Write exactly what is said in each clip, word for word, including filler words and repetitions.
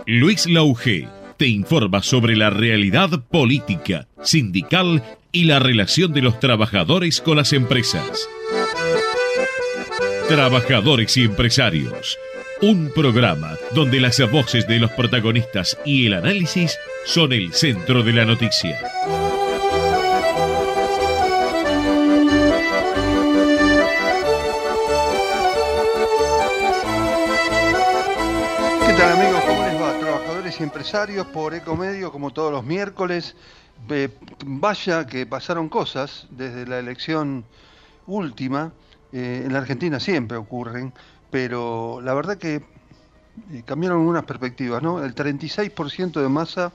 Luis Lauge te informa sobre la realidad política, sindical y la relación de los trabajadores con las empresas. Trabajadores y empresarios, un programa donde las voces de los protagonistas y el análisis son el centro de la noticia. ¿Qué tal, amigos? ¿Cómo les va? Trabajadores y empresarios por Ecomedio, como todos los miércoles. Eh, vaya que pasaron cosas desde la elección última. Eh, en la Argentina siempre ocurren, pero la verdad que eh, cambiaron algunas perspectivas, ¿no? El treinta y seis por ciento de Massa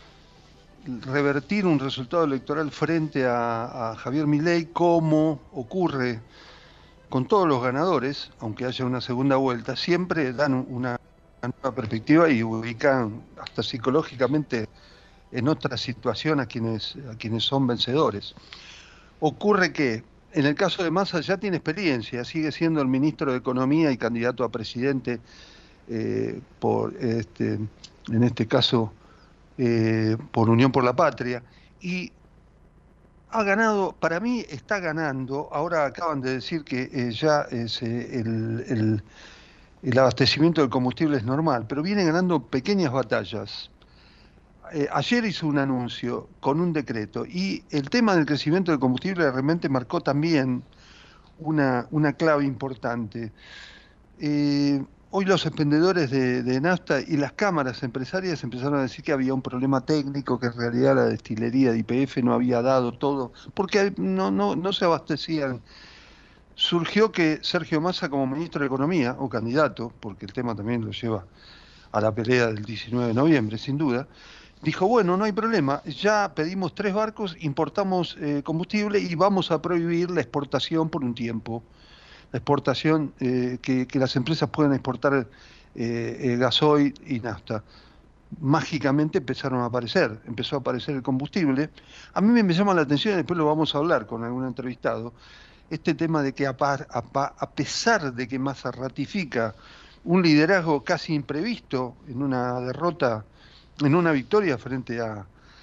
revertir un resultado electoral frente a, a Javier Milei, como ocurre con todos los ganadores, aunque haya una segunda vuelta, siempre dan una nueva perspectiva y ubican hasta psicológicamente en otra situación a quienes, a quienes son vencedores. Ocurre que en el caso de Massa ya tiene experiencia, sigue siendo el ministro de Economía y candidato a presidente eh, por este, en este caso eh, por Unión por la Patria, y ha ganado, para mí está ganando. Ahora acaban de decir que eh, ya es, eh, el, el, el abastecimiento del combustible es normal, pero viene ganando pequeñas batallas. Eh, ayer hizo un anuncio con un decreto y el tema del crecimiento del combustible realmente marcó también una, una clave importante. Eh, hoy los expendedores de, de nafta y las cámaras empresarias empezaron a decir que había un problema técnico, que en realidad la destilería de Y P F no había dado todo, porque no, no, no se abastecían. Surgió que Sergio Massa, como ministro de Economía, o candidato, porque el tema también lo lleva a la pelea del diecinueve de noviembre, sin duda, dijo, bueno, no hay problema, ya pedimos tres barcos, importamos eh, combustible y vamos a prohibir la exportación por un tiempo. La exportación, eh, que, que las empresas puedan exportar eh, eh, gasoil y nafta. Mágicamente empezaron a aparecer, empezó a aparecer el combustible. A mí me llama la atención, y después lo vamos a hablar con algún entrevistado, este tema de que a, par, a, a pesar de que Massa ratifica un liderazgo casi imprevisto en una derrota, en una victoria frente a,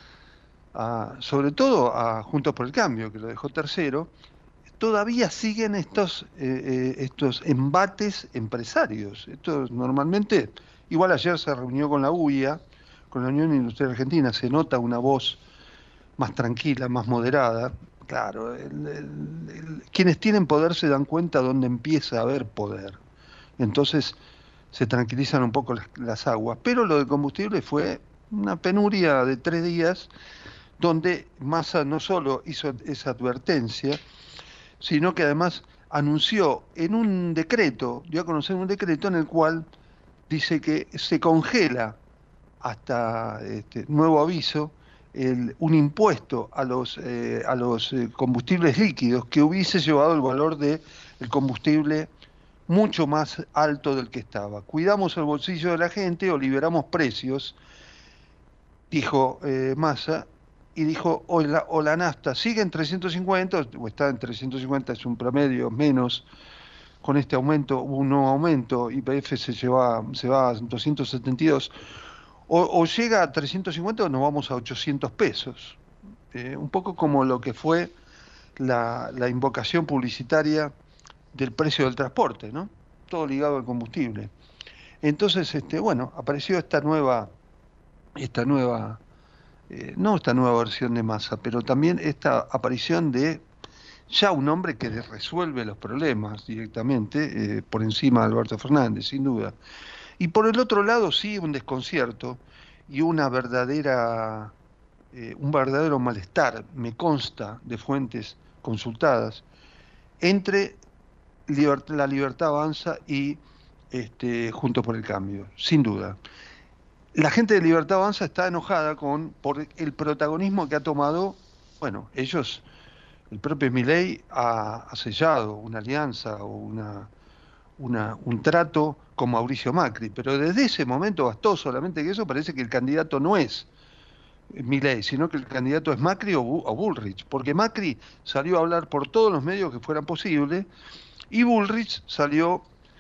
a, sobre todo a Juntos por el Cambio, que lo dejó tercero, todavía siguen estos, eh, eh, estos embates empresarios. Esto normalmente, igual ayer se reunió con la U I A, con la Unión Industrial Argentina, se nota una voz más tranquila, más moderada. Claro, el, el, el, quienes tienen poder se dan cuenta dónde empieza a haber poder. Entonces se tranquilizan un poco las, las aguas. Pero lo del combustible fue una penuria de tres días, donde Massa no solo hizo esa advertencia, sino que además anunció en un decreto, dio a conocer un decreto en el cual dice que se congela hasta este nuevo aviso el, un impuesto a los, eh, a los eh, combustibles líquidos que hubiese llevado el valor del combustible mucho más alto del que estaba. Cuidamos el bolsillo de la gente o liberamos precios, dijo eh, Massa, y dijo, o la, o la nafta sigue en trescientos cincuenta, o está en trescientos cincuenta, es un promedio menos, con este aumento, hubo un nuevo aumento, Y P F se, lleva, se va a doscientos setenta y dos, o, o llega a trescientos cincuenta o nos vamos a ochocientos pesos. Eh, un poco como lo que fue la, la invocación publicitaria del precio del transporte, ¿no? Todo ligado al combustible. Entonces, este, bueno, apareció esta nueva, esta nueva, eh, no esta nueva versión de Massa, pero también esta aparición de ya un hombre que resuelve los problemas directamente, eh, por encima de Alberto Fernández, sin duda. Y por el otro lado, sí, un desconcierto y una verdadera, eh, un verdadero malestar, me consta de fuentes consultadas, entre Libert- la Libertad Avanza y este, Juntos por el Cambio, sin duda. La gente de Libertad Avanza está enojada con por el protagonismo que ha tomado, bueno, ellos, el propio Milei ha, ha sellado una alianza o una, una, un trato con Mauricio Macri, pero desde ese momento bastó solamente que eso, parece que el candidato no es Milei, sino que el candidato es Macri o, o Bullrich, porque Macri salió a hablar por todos los medios que fueran posibles y Bullrich salió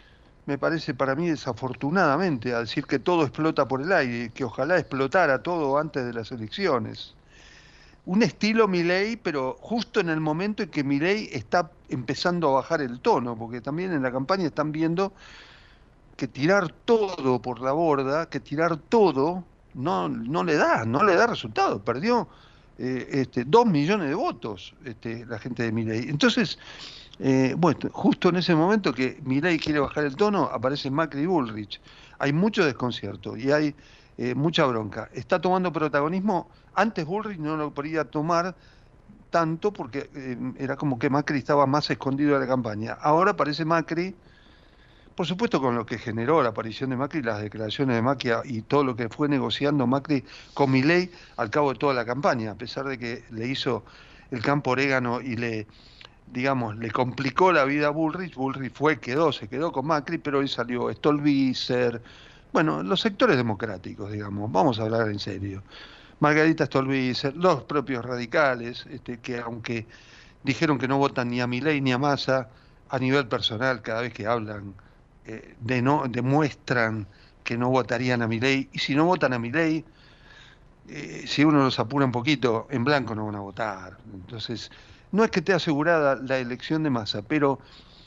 me parece para mí desafortunadamente, a decir que todo explota por el aire, que ojalá explotara todo antes de las elecciones. Un estilo Milei, pero justo en el momento en que Milei está empezando a bajar el tono, porque también en la campaña están viendo que tirar todo por la borda, que tirar todo, no, no le da, no le da resultado. Perdió eh, este, dos millones de votos este, la gente de Milei. Entonces, eh, bueno, justo en ese momento que Milei quiere bajar el tono, aparece Macri y Bullrich. Hay mucho desconcierto y hay eh, mucha bronca. Está tomando protagonismo. Antes Bullrich no lo podía tomar tanto porque eh, era como que Macri estaba más escondido de la campaña. Ahora aparece Macri, por supuesto con lo que generó la aparición de Macri, las declaraciones de Macri y todo lo que fue negociando Macri con Milei al cabo de toda la campaña, a pesar de que le hizo el campo orégano y le, digamos, le complicó la vida a Bullrich. Bullrich fue, quedó, se quedó con Macri, pero hoy salió Stolbizer, bueno, los sectores democráticos, digamos, vamos a hablar en serio. Margarita Stolbizer, los propios radicales, este, que aunque dijeron que no votan ni a Milei ni a Massa, a nivel personal, cada vez que hablan, eh, de no, demuestran que no votarían a Milei, y si no votan a Milei, eh, si uno los apura un poquito, en blanco no van a votar. Entonces, no es que esté asegurada la elección de Massa, pero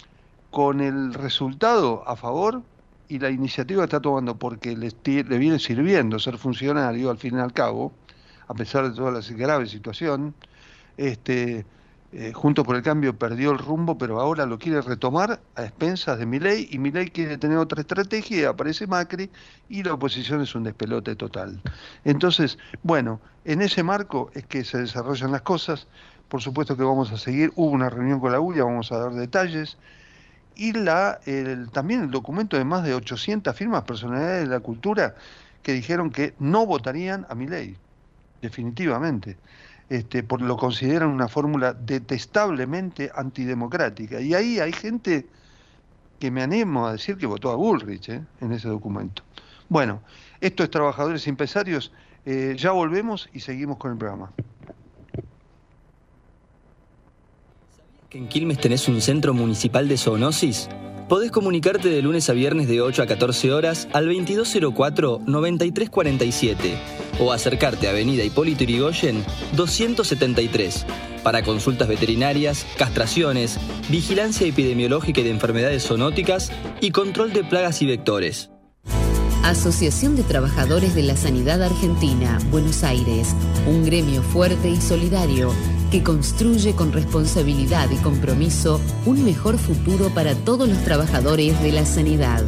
con el resultado a favor y la iniciativa que está tomando, porque le, le viene sirviendo ser funcionario al fin y al cabo, a pesar de toda la grave situación, este, eh, Juntos por el Cambio perdió el rumbo, pero ahora lo quiere retomar a expensas de Milei, y Milei quiere tener otra estrategia, y aparece Macri, y la oposición es un despelote total. Entonces, bueno, en ese marco es que se desarrollan las cosas. Por supuesto que vamos a seguir, hubo una reunión con la U I A, vamos a dar detalles, y la, el, también el documento de más de ochocientas firmas, personalidades de la cultura, que dijeron que no votarían a Milei, definitivamente. Este, por, lo consideran una fórmula detestablemente antidemocrática. Y ahí hay gente que me animo a decir que votó a Bullrich ¿eh? en ese documento. Bueno, esto es Trabajadores y Empresarios. Eh, ya volvemos y seguimos con el programa. ¿Que en Quilmes tenés un centro municipal de zoonosis? Podés comunicarte de lunes a viernes de ocho a catorce horas al veintidós cero cuatro, noventa y tres cuarenta y siete o acercarte a Avenida Hipólito Yrigoyen doscientos setenta y tres para consultas veterinarias, castraciones, vigilancia epidemiológica y de enfermedades zoonóticas y control de plagas y vectores. Asociación de Trabajadores de la Sanidad Argentina, Buenos Aires, un gremio fuerte y solidario que construye con responsabilidad y compromiso un mejor futuro para todos los trabajadores de la sanidad.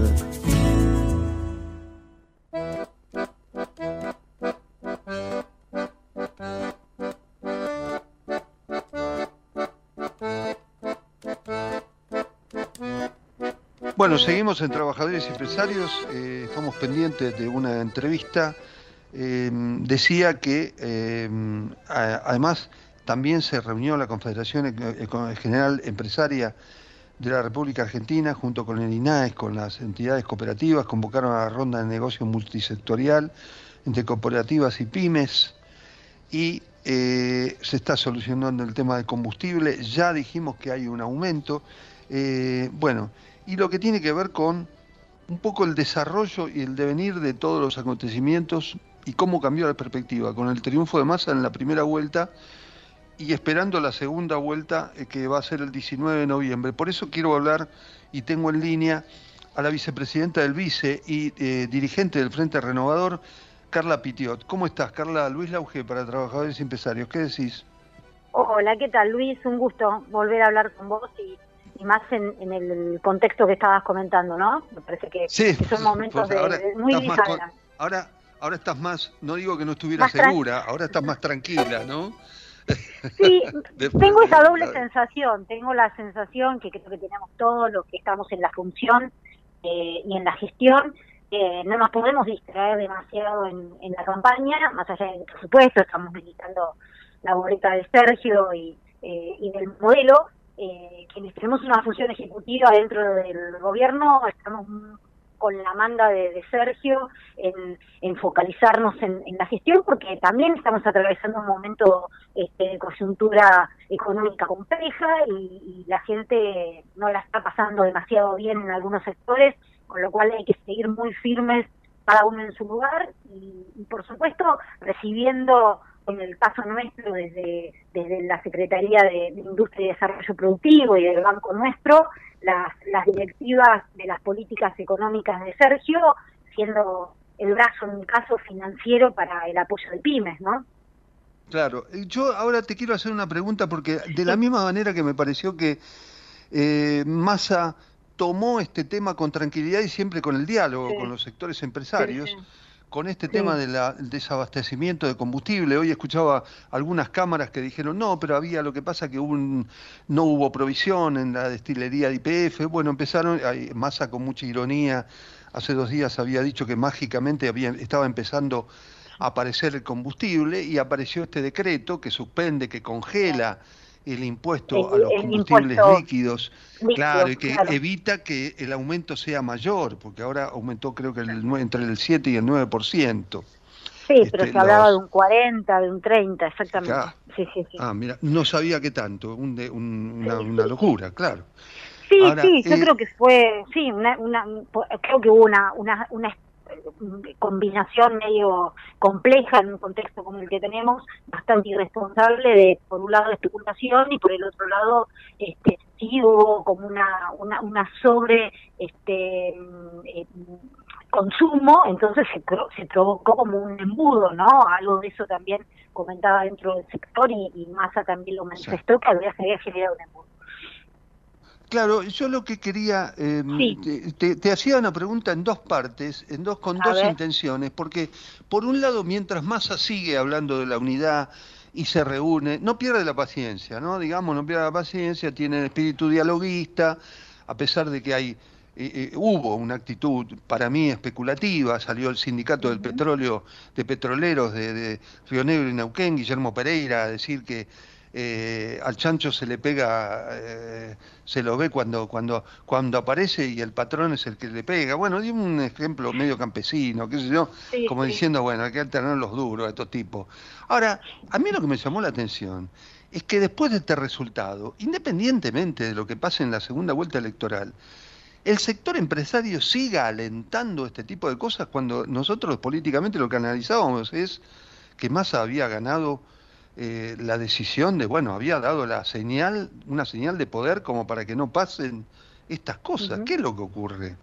Bueno, seguimos en Trabajadores y Empresarios, eh, estamos pendientes de una entrevista. Eh, decía que eh, a, además también se reunió la Confederación General Empresaria de la República Argentina junto con el I N A E S, con las entidades cooperativas, convocaron a la ronda de negocio multisectorial entre cooperativas y pymes, y eh, se está solucionando el tema del combustible. Ya dijimos que hay un aumento, eh, bueno, y lo que tiene que ver con un poco el desarrollo y el devenir de todos los acontecimientos y cómo cambió la perspectiva con el triunfo de Massa en la primera vuelta y esperando la segunda vuelta, eh, que va a ser el diecinueve de noviembre. Por eso quiero hablar, y tengo en línea a la vicepresidenta del Vice y eh, dirigente del Frente Renovador, Carla Pitiot. ¿Cómo estás, Carla? Luis Lauge para Trabajadores y Empresarios. ¿Qué decís? Hola, ¿qué tal, Luis? Un gusto volver a hablar con vos y, y más en, en el contexto que estabas comentando, ¿no? Me parece que, sí, que son momentos pues ahora de, de muy bisagra. Ahora, ahora estás más, no digo que no estuviera segura, ahora estás más tranquila, ¿no? Sí, tengo esa doble sensación, tengo la sensación que creo que tenemos todos los que estamos en la función eh, y en la gestión. Eh, no nos podemos distraer demasiado en, en la campaña, más allá de, por supuesto, estamos meditando la boleta de Sergio y, eh, y del modelo. Eh, quienes tenemos una función ejecutiva dentro del gobierno, estamos con la manda de, de Sergio en, en focalizarnos en, en la gestión, porque también estamos atravesando un momento este, de coyuntura económica compleja y, y la gente no la está pasando demasiado bien en algunos sectores, con lo cual hay que seguir muy firmes cada uno en su lugar y, y por supuesto recibiendo, en el caso nuestro, desde, desde la Secretaría de, de Industria y Desarrollo Productivo y del Banco Nuestro, las, las directivas de las políticas económicas de Sergio, siendo el brazo, en mi caso, financiero para el apoyo de pymes, ¿no? Claro, yo ahora te quiero hacer una pregunta porque de la misma manera que me pareció que eh, Massa tomó este tema con tranquilidad y siempre con el diálogo sí. con los sectores empresarios, sí, sí. con este sí. tema del desabastecimiento de combustible. Hoy escuchaba algunas cámaras que dijeron, no, pero había lo que pasa que hubo un, no hubo provisión en la destilería de Y P F. Bueno, empezaron, Massa con mucha ironía, hace dos días había dicho que mágicamente había, estaba empezando a aparecer el combustible y apareció este decreto que suspende, que congela el impuesto el, a los combustibles líquidos, líquido, claro, y que claro. evita que el aumento sea mayor, porque ahora aumentó creo que el, entre el siete y el nueve por ciento. Sí, este, pero se los... hablaba de un cuarenta, de un treinta, exactamente. Claro. Sí, sí, sí. Ah, mira, no sabía qué tanto, un de, un, una, sí, una locura, sí. claro. Sí, ahora, sí, yo eh... creo que fue, sí, una, una, creo que hubo una, una, una combinación medio compleja en un contexto como el que tenemos, bastante irresponsable de, por un lado, la especulación y por el otro lado, este, sí hubo como una, una, una sobre, este, eh, consumo, entonces se, se provocó como un embudo, ¿no? Algo de eso también comentaba dentro del sector y, y Massa también lo manifestó, sí. que había, se había generado un embudo. Claro, yo lo que quería, eh, sí. te, te, te hacía una pregunta en dos partes, en dos con A dos ver. intenciones, porque por un lado, mientras Massa sigue hablando de la unidad y se reúne, no pierde la paciencia, ¿no? Digamos, no pierde la paciencia, tiene el espíritu dialoguista, a pesar de que hay eh, eh, hubo una actitud para mí especulativa, salió el sindicato uh-huh. del petróleo, de petroleros de, de Río Negro y Neuquén, Guillermo Pereira, a decir que Eh, al chancho se le pega, eh, se lo ve cuando cuando cuando aparece y el patrón es el que le pega. Bueno, di un ejemplo medio campesino, qué sé yo, sí, como sí. diciendo, bueno, hay que alternar los duros a estos tipos. Ahora, a mí lo que me llamó la atención es que después de este resultado, independientemente de lo que pase en la segunda vuelta electoral, el sector empresario siga alentando este tipo de cosas cuando nosotros políticamente lo que analizábamos es que Massa había ganado Eh, la decisión de, bueno, había dado la señal, una señal de poder como para que no pasen estas cosas. Uh-huh. ¿Qué es lo que ocurre?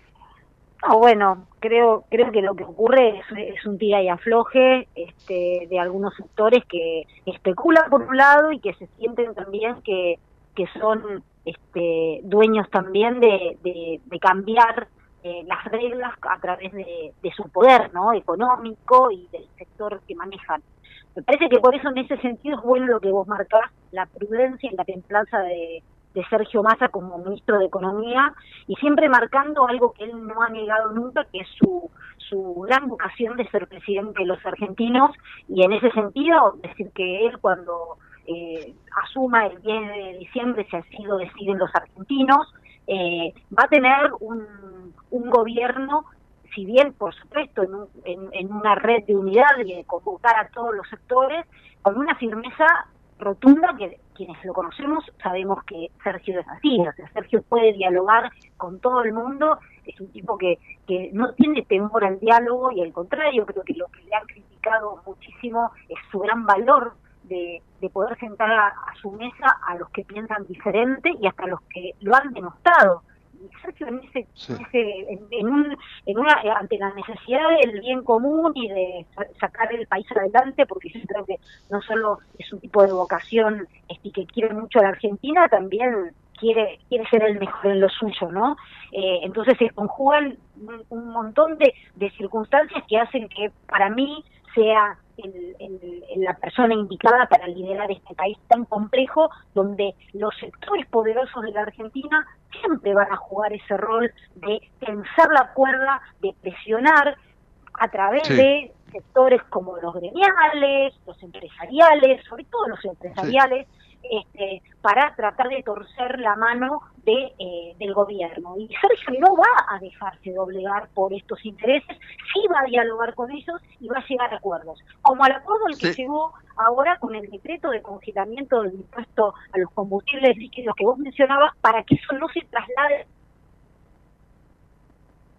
No, bueno, creo creo que lo que ocurre es, es un tira y afloje este, de algunos sectores que especulan por un lado y que se sienten también que, que son este, dueños también de, de, de cambiar eh, las reglas a través de, de su poder, ¿no? Económico y del sector que manejan. Me parece que por eso en ese sentido es bueno lo que vos marcás, la prudencia y la templanza de, de Sergio Massa como ministro de Economía y siempre marcando algo que él no ha negado nunca, que es su, su gran vocación de ser presidente de los argentinos y en ese sentido decir que él cuando eh, asuma el diez de diciembre, si así lo deciden los argentinos, eh, va a tener un, un gobierno, si bien, por supuesto, en, un, en, en una red de unidad y de convocar a todos los sectores, con una firmeza rotunda que quienes lo conocemos sabemos que Sergio es así, o sea, Sergio puede dialogar con todo el mundo, es un tipo que, que no tiene temor al diálogo y al contrario, creo que lo que le han criticado muchísimo es su gran valor de, de poder sentar a, a su mesa a los que piensan diferente y hasta los que lo han denostado. Sergio en ese, sí. en, ese en, en, un, en una ante la necesidad del bien común y de sacar el país adelante, porque yo creo que no solo es un tipo de vocación este, que quiere mucho a la Argentina, también quiere quiere ser el mejor en lo suyo, ¿no? Eh, entonces se conjugan un, un montón de, de circunstancias que hacen que para mí sea el, el, el, la persona indicada para liderar este país tan complejo, donde los sectores poderosos de la Argentina siempre van a jugar ese rol de tensar la cuerda, de presionar a través sí. de sectores como los gremiales, los empresariales, sobre todo los empresariales, sí. este, para tratar de torcer la mano de eh, del gobierno. Y Sergio no va a dejarse doblegar por estos intereses, sí va a dialogar con ellos y va a llegar a acuerdos. Como al acuerdo al que sí. llegó ahora con el decreto de congelamiento del impuesto a los combustibles líquidos que vos mencionabas, para que eso no se traslade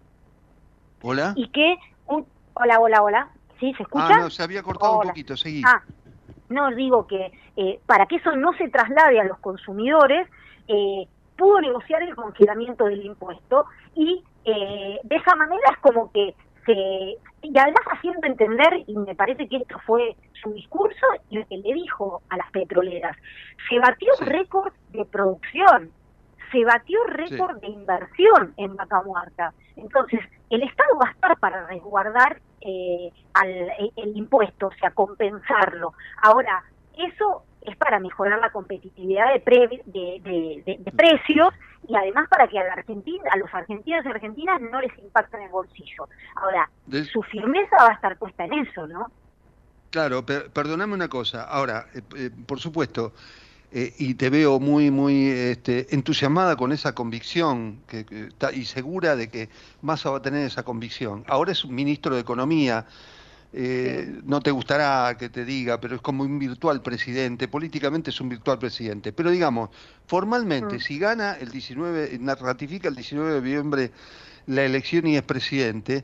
¿Hola? Y que... Un, hola, hola, hola. ¿Sí? ¿Se escucha? Ah, no, se había cortado hola. un poquito, seguí. Ah, no, digo que eh, para que eso no se traslade a los consumidores, eh, pudo negociar el congelamiento del impuesto y eh, de esa manera es como que se... Y además haciendo entender, y me parece que esto fue su discurso, y lo que le dijo a las petroleras, se batió sí. récord de producción, se batió récord sí. de inversión en Vaca Muerta. Entonces, el Estado va a estar para resguardar eh, al, el, el impuesto, o sea, compensarlo. Ahora, eso es para mejorar la competitividad de, pre, de, de, de, de precios y además para que a, la Argentina, a los argentinos y argentinas no les impacte en el bolsillo. Ahora, de... su firmeza va a estar puesta en eso, ¿no? Claro, per, perdóname una cosa. Ahora, eh, eh, por supuesto, eh, y te veo muy, muy este, entusiasmada con esa convicción que, que, y segura de que Massa va a tener esa convicción. Ahora es un ministro de Economía. Eh, sí. No te gustará que te diga, pero es como un virtual presidente, políticamente es un virtual presidente, pero digamos, formalmente, mm. si gana el diecinueve, ratifica el diecinueve de noviembre la elección y es presidente,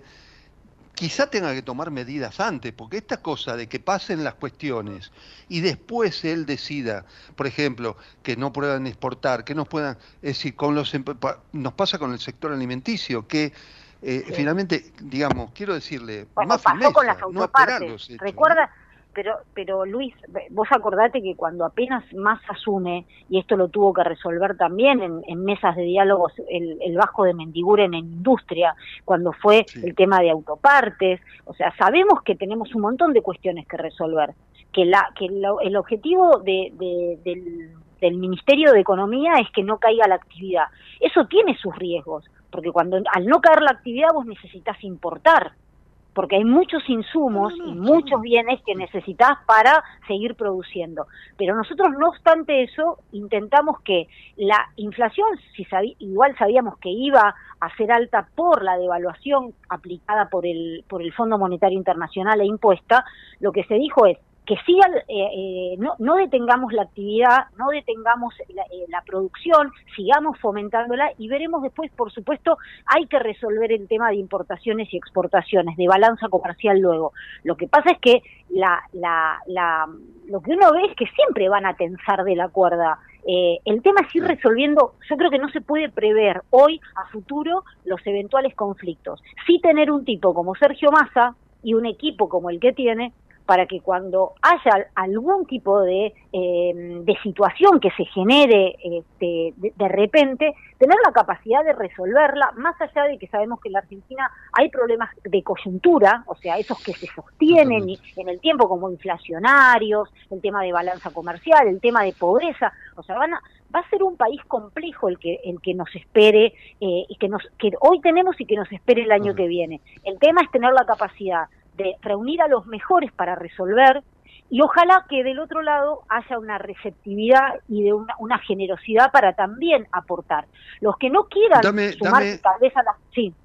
quizá tenga que tomar medidas antes, porque esta cosa de que pasen las cuestiones y después él decida, por ejemplo, que no puedan exportar, que no puedan, es decir, con los, nos pasa con el sector alimenticio, que Eh, sí. finalmente, digamos, quiero decirle, bueno, más pasó firmeza, con las autopartes. No hechos, Recuerda, ¿no? pero pero Luis, vos acordate que cuando apenas Massa asume, y esto lo tuvo que resolver también en, en mesas de diálogos, el, el Bajo de Mendiguren en industria, cuando fue sí. el tema de autopartes, o sea, sabemos que tenemos un montón de cuestiones que resolver, que la que lo, el objetivo de, de, del, del Ministerio de Economía es que no caiga la actividad. Eso tiene sus riesgos, porque cuando al no caer la actividad vos necesitas importar, porque hay muchos insumos no, no, no, y muchos sí. bienes que necesitas para seguir produciendo. Pero nosotros, no obstante eso, intentamos que la inflación, si sabí, igual sabíamos que iba a ser alta por la devaluación aplicada por el, por el Fondo Monetario Internacional e impuesta, lo que se dijo es que siga, eh, eh, no, no detengamos la actividad, no detengamos la, eh, la producción, sigamos fomentándola y veremos después, por supuesto, hay que resolver el tema de importaciones y exportaciones, de balanza comercial luego. Lo que pasa es que la, la, la, lo que uno ve es que siempre van a tensar de la cuerda. Eh, el tema es ir resolviendo, yo creo que no se puede prever hoy, a futuro, los eventuales conflictos. Sí tener un tipo como Sergio Massa y un equipo como el que tiene, para que cuando haya algún tipo de, eh, de situación que se genere este, de, de repente, tener la capacidad de resolverla, más allá de que sabemos que en la Argentina hay problemas de coyuntura, o sea, esos que se sostienen en el tiempo como inflacionarios, el tema de balanza comercial, el tema de pobreza, o sea, van a, va a ser un país complejo el que el que nos espere, eh, y que, nos, que hoy tenemos y que nos espere el año uh-huh. que viene. El tema es tener la capacidad de reunir a los mejores para resolver, y ojalá que del otro lado haya una receptividad y de una, una generosidad para también aportar. Los que no quieran dame, sumarse dame, tal vez a la... Sí.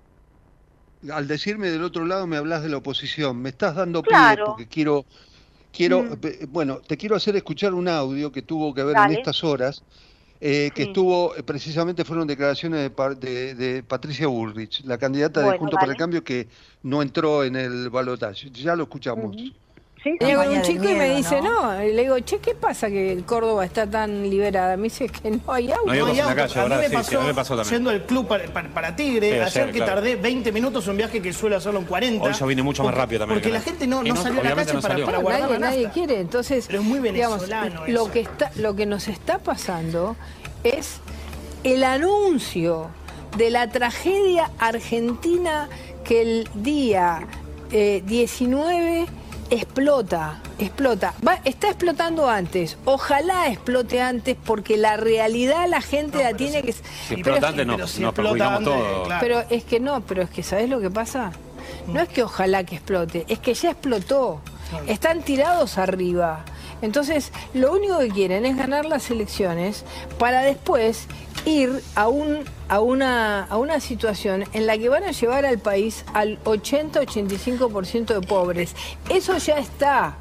Al decirme del otro lado me hablas de la oposición, me estás dando claro. pie porque quiero, quiero mm. bueno, te quiero hacer escuchar un audio que tuvo que ver Dale. en estas horas, Eh, que sí. estuvo, precisamente fueron declaraciones de, de, de Patricia Bullrich, la candidata bueno, de Juntos vale. por el Cambio que no entró en el balotaje. Ya lo escuchamos. Uh-huh. Sí, llego un chico miedo, y me dice, ¿no? no, le digo, che, ¿qué pasa que el Córdoba está tan liberada? Me dice que no hay auto. No hay, no hay auto. Calle, a, mí me pasó, sí, sí, a mí me pasó también. Yendo al club para, para, para Tigre, sí, ayer, ayer que claro. tardé veinte minutos en un viaje que suelo hacerlo en cuarenta. Hoy yo vine mucho porque, más rápido también. Porque la gente no, no, no salió a la calle no para, para guardar nadie, la nadie quiere, entonces... Pero es muy venezolano digamos, lo, que está, lo que nos está pasando es el anuncio de la tragedia argentina que el día eh, diecinueve explota, explota. Va, está explotando antes. Ojalá explote antes porque la realidad la gente no, la tiene si, que... Si explota antes, no, si nos perjudicamos todo. Claro. Pero es que no, pero es que ¿sabés lo que pasa? No es que ojalá que explote, es que ya explotó. Están tirados arriba. Entonces, lo único que quieren es ganar las elecciones para después ir a un a una a una situación en la que van a llevar al país al ochenta a ochenta y cinco por ciento de pobres. Eso ya está.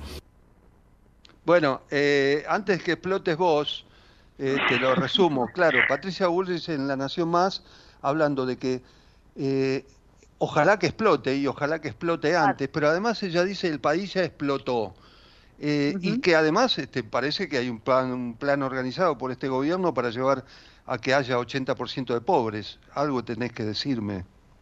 Bueno, eh, antes que explotes vos, eh, te lo resumo. Claro, Patricia Bullrich en La Nación Más, hablando de que eh, ojalá que explote y ojalá que explote antes, pero además ella dice el país ya explotó. Eh, uh-huh. Y que además este, parece que hay un plan, un plan organizado por este gobierno para llevar a que haya ochenta por ciento de pobres. Algo tenés que decirme.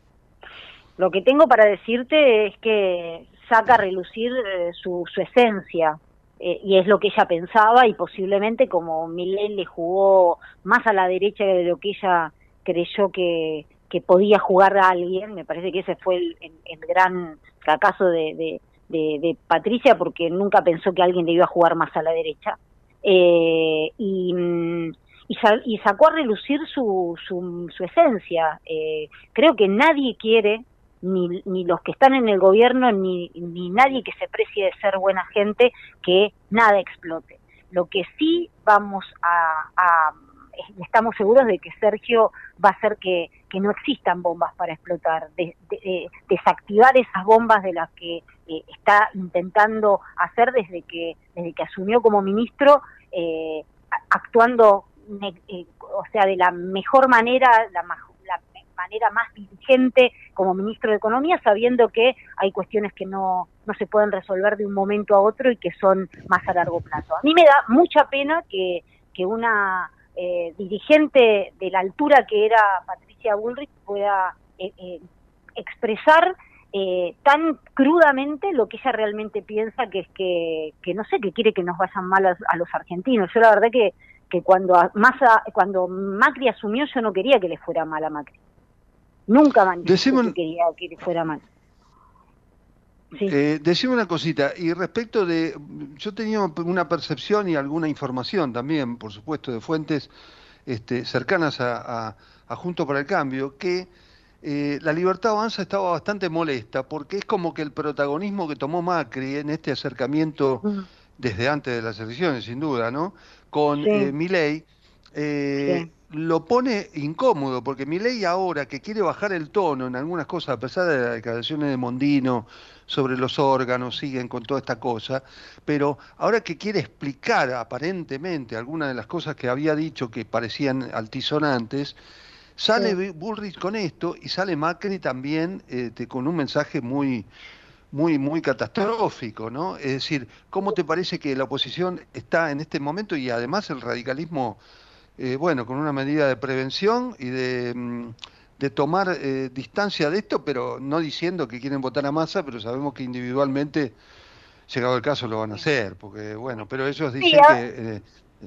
Lo que tengo para decirte es que saca a relucir eh, su, su esencia, eh, y es lo que ella pensaba, y posiblemente como Milei le jugó más a la derecha de lo que ella creyó que, que podía jugar a alguien, me parece que ese fue el, el, el gran fracaso de... de De, de Patricia, porque nunca pensó que alguien le iba a jugar más a la derecha, eh, y, y, y sacó a relucir su, su, su esencia. Eh, creo que nadie quiere, ni, ni los que están en el gobierno, ni, ni nadie que se precie de ser buena gente, que nada explote. Lo que sí vamos a... a estamos seguros de que Sergio va a hacer que, que no existan bombas para explotar, de, de, de desactivar esas bombas de las que eh, está intentando hacer desde que desde que asumió como ministro, eh, actuando eh, o sea de la mejor manera, la, la manera más diligente como ministro de Economía, sabiendo que hay cuestiones que no, no se pueden resolver de un momento a otro y que son más a largo plazo. A mí me da mucha pena que, que una Eh, dirigente de la altura que era Patricia Bullrich pueda eh, eh, expresar eh, tan crudamente lo que ella realmente piensa, que es que, que no sé, que quiere que nos vayan mal a, a los argentinos. Yo la verdad que, que cuando Massa, cuando Macri asumió, yo no quería que le fuera mal a Macri. Nunca manifesté que quería que le fuera mal. Sí. Eh, decime una cosita, y respecto de, yo tenía una percepción y alguna información también, por supuesto, de fuentes este, cercanas a, a, a Juntos por el Cambio, que eh, la Libertad Avanza estaba bastante molesta, porque es como que el protagonismo que tomó Macri en este acercamiento, uh-huh. desde antes de las elecciones, sin duda, ¿no?, con sí. eh, Milei, eh, sí. lo pone incómodo, porque Milei ahora que quiere bajar el tono en algunas cosas, a pesar de las declaraciones de Mondino sobre los órganos, siguen con toda esta cosa, pero ahora que quiere explicar aparentemente algunas de las cosas que había dicho que parecían altisonantes, sale sí. Bullrich con esto y sale Macri también este, con un mensaje muy, muy, muy catastrófico, ¿no? Es decir, ¿cómo te parece que la oposición está en este momento y además el radicalismo, eh, bueno, con una medida de prevención y de... Mmm, de tomar eh, distancia de esto, pero no diciendo que quieren votar a Massa, pero sabemos que individualmente, llegado el caso, lo van a hacer, porque bueno, pero ellos dicen sí, a, que... Eh,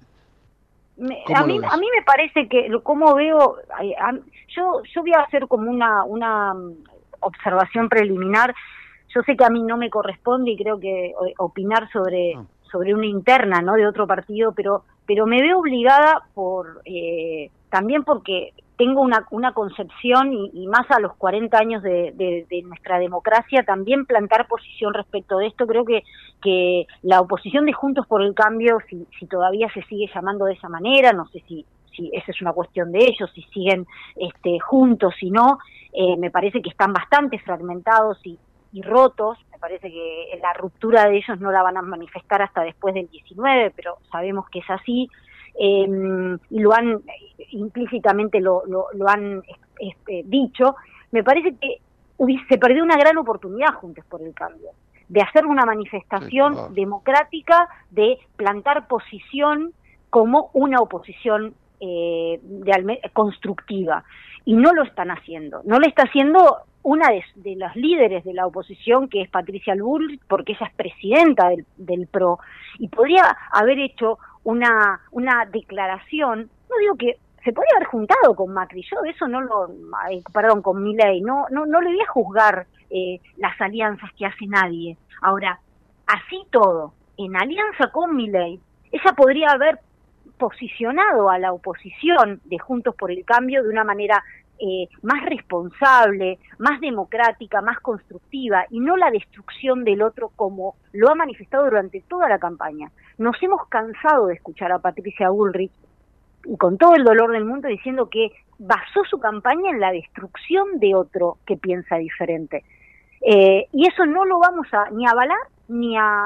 me, a, mí, a mí me parece que, como veo, a, a, yo yo voy a hacer como una, una observación preliminar. Yo sé que a mí no me corresponde y creo que opinar sobre, no. sobre una interna, ¿no?, de otro partido, pero, pero me veo obligada por eh, también porque... tengo una, una concepción, y, y más a los cuarenta años de, de, de nuestra democracia, también plantar posición respecto de esto. Creo que, que la oposición de Juntos por el Cambio, si, si todavía se sigue llamando de esa manera, no sé si, si esa es una cuestión de ellos, si siguen este, juntos, si no, eh, me parece que están bastante fragmentados y, y rotos. Me parece que la ruptura de ellos no la van a manifestar hasta después del diecinueve, pero sabemos que es así. Eh, lo han implícitamente lo, lo, lo han este, dicho. Me parece que se perdió una gran oportunidad Juntos por el Cambio de hacer una manifestación sí, claro. democrática, de plantar posición como una oposición eh, de, constructiva, y no lo están haciendo. No lo está haciendo una de, de los líderes de la oposición, que es Patricia Bullrich, porque ella es presidenta del, del P R O, y podría haber hecho una una declaración. No digo que se podría haber juntado con Macri, yo eso no lo, eh, perdón, con Milei, no no no le voy a juzgar eh, las alianzas que hace nadie. Ahora, así todo, en alianza con Milei, ella podría haber posicionado a la oposición de Juntos por el Cambio de una manera eh, más responsable, más democrática, más constructiva, y no la destrucción del otro como lo ha manifestado durante toda la campaña. Nos hemos cansado de escuchar a Patricia Bullrich, y con todo el dolor del mundo, diciendo que basó su campaña en la destrucción de otro que piensa diferente. Eh, y eso no lo vamos a ni a avalar ni a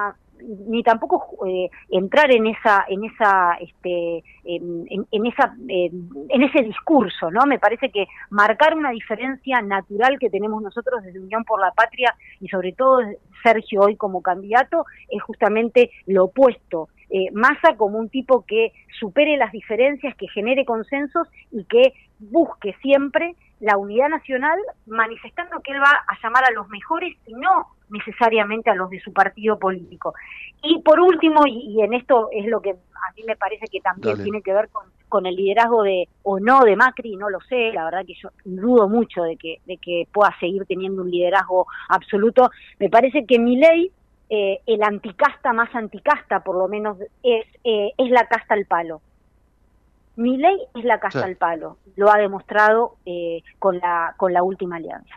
ni tampoco eh, entrar en esa, en esa, este, en, en, en esa, eh, en ese discurso, ¿no? Me parece que marcar una diferencia natural que tenemos nosotros desde Unión por la Patria y sobre todo Sergio hoy como candidato es justamente lo opuesto. Eh, Massa como un tipo que supere las diferencias, que genere consensos y que busque siempre la unidad nacional, manifestando que él va a llamar a los mejores y no necesariamente a los de su partido político. Y por último, y, y en esto es lo que a mí me parece que también Dale. tiene que ver con, con el liderazgo de o no de Macri, no lo sé, la verdad que yo dudo mucho de que, de que pueda seguir teniendo un liderazgo absoluto. Me parece que Milei, eh, el anticasta más anticasta, por lo menos, es, eh, es la casta al palo. Milei es la casta sí. al palo, lo ha demostrado eh, con la con la última alianza.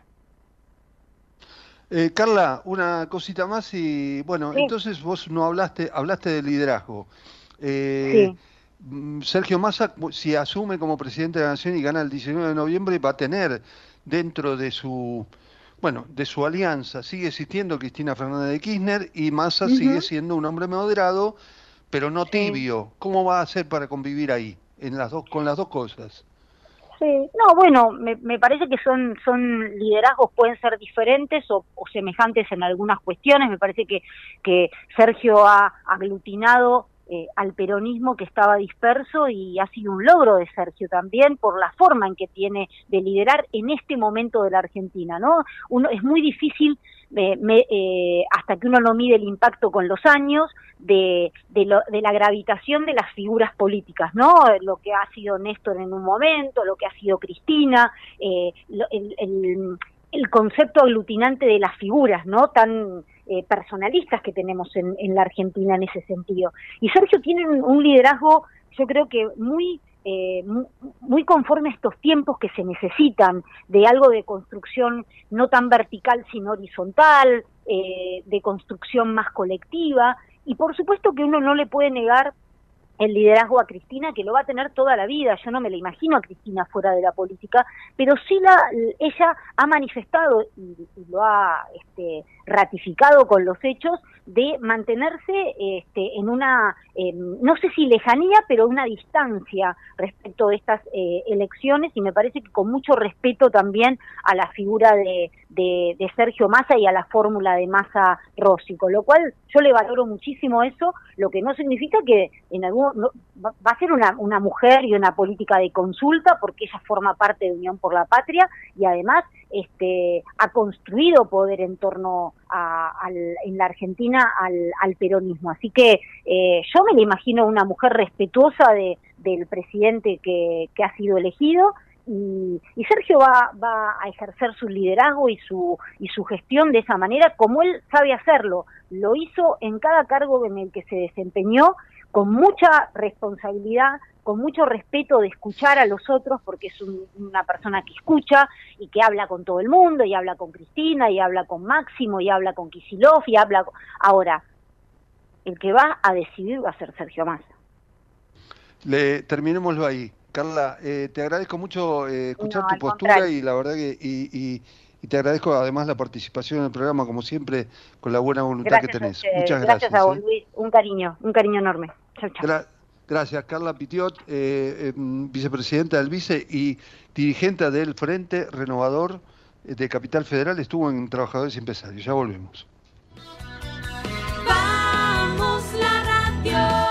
Eh, Carla, una cosita más y bueno, sí. entonces vos no hablaste, hablaste de liderazgo. Eh, sí. Sergio Massa, si asume como presidente de la Nación y gana el diecinueve de noviembre, va a tener dentro de su, bueno, de su alianza, sigue existiendo Cristina Fernández de Kirchner y Massa uh-huh. sigue siendo un hombre moderado, pero no tibio. Sí. ¿Cómo va a hacer para convivir ahí, en las dos, con las dos cosas? Sí, no, bueno, me, me parece que son son liderazgos, pueden ser diferentes o, o semejantes en algunas cuestiones. Me parece que, que Sergio ha aglutinado eh, al peronismo que estaba disperso y ha sido un logro de Sergio también por la forma en que tiene de liderar en este momento de la Argentina, ¿no? Uno, es muy difícil, eh, me, eh, hasta que uno no mide el impacto con los años, de de, lo, de la gravitación de las figuras políticas, ¿no? Lo que ha sido Néstor en un momento, lo que ha sido Cristina, eh, lo, el, el, el concepto aglutinante de las figuras, ¿no? Tan eh, personalistas que tenemos en, en la Argentina en ese sentido. Y Sergio tiene un, un liderazgo, yo creo que muy... Eh, muy, muy conforme a estos tiempos que se necesitan de algo de construcción no tan vertical sino horizontal, eh, de construcción más colectiva, y por supuesto que uno no le puede negar el liderazgo a Cristina, que lo va a tener toda la vida. Yo no me la imagino a Cristina fuera de la política, pero sí la ella ha manifestado y, y lo ha este, ratificado con los hechos de mantenerse este, en una, eh, no sé si lejanía, pero una distancia respecto de estas eh, elecciones, y me parece que con mucho respeto también a la figura de, de, de Sergio Massa y a la fórmula de Massa-Rossi, con lo cual yo le valoro muchísimo eso, lo que no significa que en algún no, va a ser una, una mujer y una política de consulta, porque ella forma parte de Unión por la Patria y además este, ha construido poder en torno a, al, en la Argentina al, al peronismo. Así que eh, yo me la imagino una mujer respetuosa de, del presidente que, que ha sido elegido, y, y Sergio va, va a ejercer su liderazgo y su, y su gestión de esa manera como él sabe hacerlo. Lo hizo en cada cargo en el que se desempeñó, con mucha responsabilidad, con mucho respeto de escuchar a los otros, porque es un, una persona que escucha y que habla con todo el mundo, y habla con Cristina, y habla con Máximo, y habla con Kicillof, y habla con... Ahora, el que va a decidir va a ser Sergio Massa. Le, terminémoslo ahí. Carla, eh, te agradezco mucho eh, escuchar no, tu postura contrario. Y la verdad que... Y, y, y te agradezco además la participación en el programa, como siempre, con la buena voluntad gracias que tenés. Muchas gracias. Gracias a vos, ¿eh? Luis. Un cariño, un cariño enorme. Chau, chau. Gra gracias, Carla Pitiot, eh, eh, vicepresidenta del Vice y dirigente del Frente Renovador de Capital Federal, estuvo en Trabajadores y Empresarios. Ya volvemos. Vamos la radio.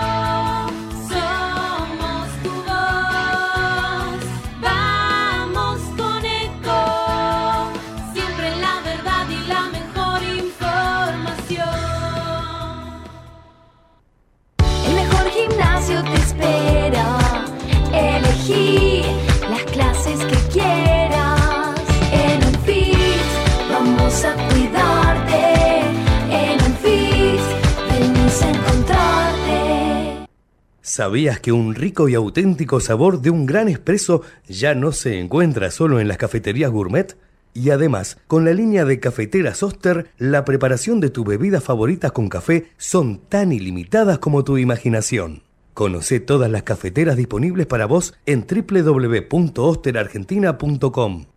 Te espera, elegí las clases que quieras. En UNFIT vamos a cuidarte. En UNFIT venís a encontrarte. ¿Sabías que un rico y auténtico sabor de un gran espresso ya no se encuentra solo en las cafeterías gourmet? Y además, con la línea de cafeteras Oster, la preparación de tus bebidas favoritas con café son tan ilimitadas como tu imaginación. Conocé todas las cafeteras disponibles para vos en doble u doble u doble u punto oster argentina punto com.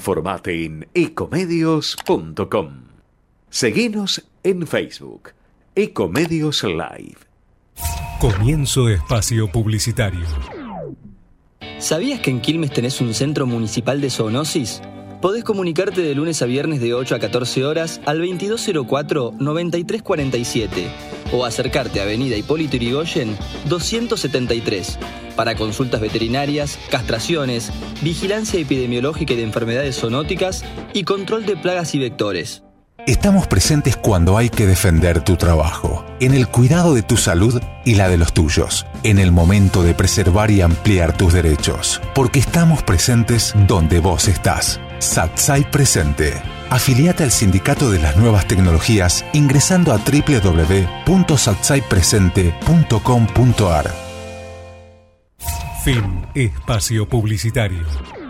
Informate en ecomedios punto com. Seguinos en Facebook, Ecomedios Live. Comienzo espacio publicitario. ¿Sabías que en Quilmes tenés un centro municipal de zoonosis? Podés comunicarte de lunes a viernes de ocho a catorce horas al veintidós cero cuatro, noventa y tres cuarenta y siete o acercarte a Avenida Hipólito Yrigoyen doscientos setenta y tres para consultas veterinarias, castraciones, vigilancia epidemiológica y de enfermedades zoonóticas y control de plagas y vectores. Estamos presentes cuando hay que defender tu trabajo, en el cuidado de tu salud y la de los tuyos, en el momento de preservar y ampliar tus derechos, porque estamos presentes donde vos estás. Satsai Presente. Afiliate al Sindicato de las Nuevas Tecnologías ingresando a doble u doble u doble u punto satsai presente punto com punto a r. Fin espacio publicitario.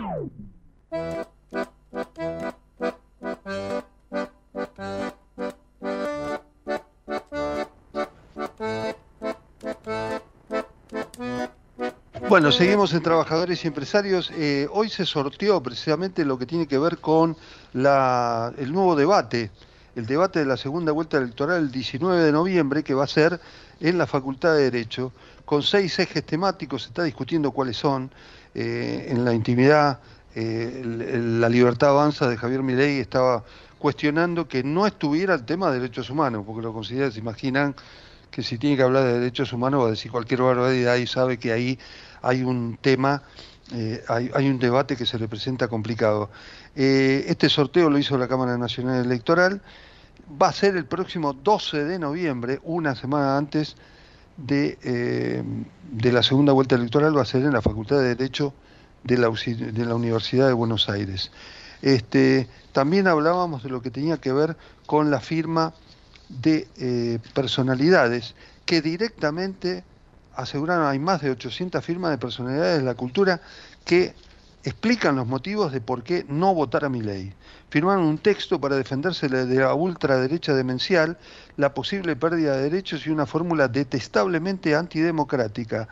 Bueno, seguimos en Trabajadores y Empresarios. Eh, hoy se sorteó precisamente lo que tiene que ver con la, el nuevo debate, el debate de la segunda vuelta electoral el diecinueve de noviembre, que va a ser en la Facultad de Derecho, con seis ejes temáticos. Se está discutiendo cuáles son. Eh, en la intimidad, eh, el, el, la libertad avanza de Javier Milei estaba cuestionando que no estuviera el tema de derechos humanos, porque lo considera, se imaginan que si tiene que hablar de derechos humanos va a decir cualquier barbaridad y sabe que ahí hay un tema, eh, hay, hay un debate que se le presenta complicado. Eh, este sorteo lo hizo la Cámara Nacional Electoral, va a ser el próximo doce de noviembre, una semana antes de, eh, de la segunda vuelta electoral, va a ser en la Facultad de Derecho de la, de la Universidad de Buenos Aires. Este, también hablábamos de lo que tenía que ver con la firma de eh, personalidades que directamente aseguraron, hay más de ochocientas firmas de personalidades de la cultura que explican los motivos de por qué no votar a Milei. Firmaron un texto para defenderse de la ultraderecha demencial, la posible pérdida de derechos y una fórmula detestablemente antidemocrática.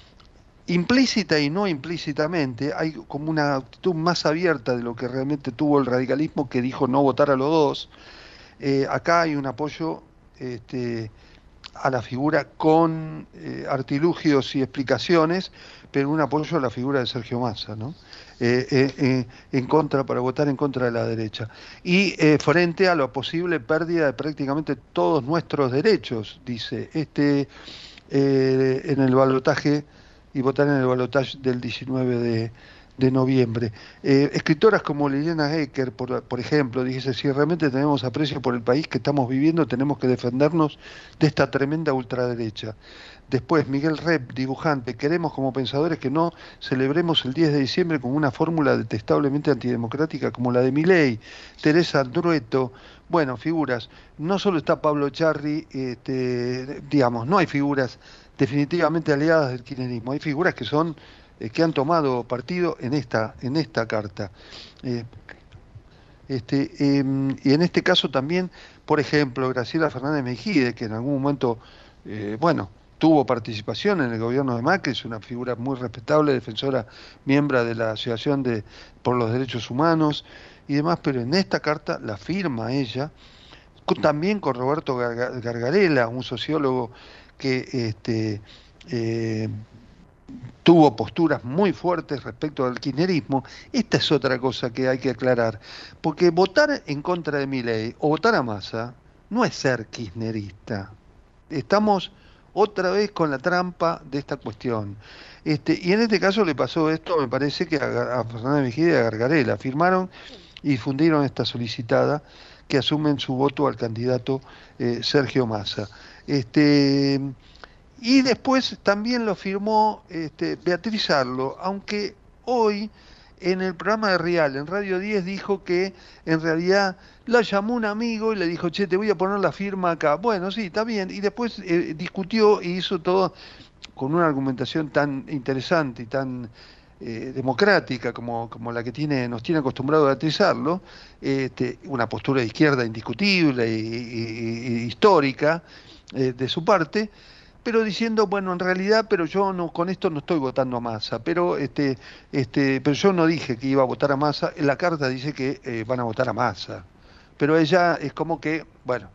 Implícita y no implícitamente, hay como una actitud más abierta de lo que realmente tuvo el radicalismo, que dijo no votar a los dos. Eh, acá hay un apoyo este, a la figura con eh, artilugios y explicaciones, pero un apoyo a la figura de Sergio Massa, ¿no? Eh, eh, eh, en contra, para votar en contra de la derecha. Y eh, frente a la posible pérdida de prácticamente todos nuestros derechos, dice, este eh, en el balotaje, y votar en el balotaje del diecinueve de de noviembre. Eh, escritoras como Liliana Ecker, por, por ejemplo, dice, si realmente tenemos aprecio por el país que estamos viviendo, tenemos que defendernos de esta tremenda ultraderecha. Después, Miguel Rep, dibujante, queremos como pensadores que no celebremos el diez de diciembre con una fórmula detestablemente antidemocrática como la de Milei. Teresa Andrueto, bueno, figuras. No solo está Pablo Charri, este, digamos, no hay figuras definitivamente aliadas del kirchnerismo, hay figuras que son Eh, que han tomado partido en esta en esta carta. Eh, este, eh, y en este caso también, por ejemplo, Graciela Fernández Mejide, que en algún momento, eh, bueno, tuvo participación en el gobierno de Macri, es una figura muy respetable, defensora, miembro de la Asociación de, por los Derechos Humanos y demás, pero en esta carta la firma ella, con, también con Roberto Gargarella, un sociólogo que este, eh, tuvo posturas muy fuertes respecto al kirchnerismo. Esta es otra cosa que hay que aclarar, porque votar en contra de Milei o votar a Massa no es ser kirchnerista. Estamos otra vez con la trampa de esta cuestión. Este, y en este caso le pasó esto, me parece que a, a Fernández Mejide y a Gargarella firmaron y difundieron esta solicitada que asumen su voto al candidato eh, Sergio Massa. Este... Y después también lo firmó este, Beatriz Arlo, aunque hoy en el programa de Real, en Radio diez, dijo que en realidad la llamó un amigo y le dijo, che, te voy a poner la firma acá. Bueno, sí, está bien. Y después eh, discutió y hizo todo con una argumentación tan interesante y tan eh, democrática como, como la que tiene nos tiene acostumbrado a Beatriz Arlo, este, una postura de izquierda indiscutible y, y, y histórica eh, de su parte, pero diciendo, bueno, en realidad, pero yo no con esto no estoy votando a Massa, pero este, este, pero yo no dije que iba a votar a Massa, en la carta dice que eh, van a votar a Massa, pero ella es como que, bueno,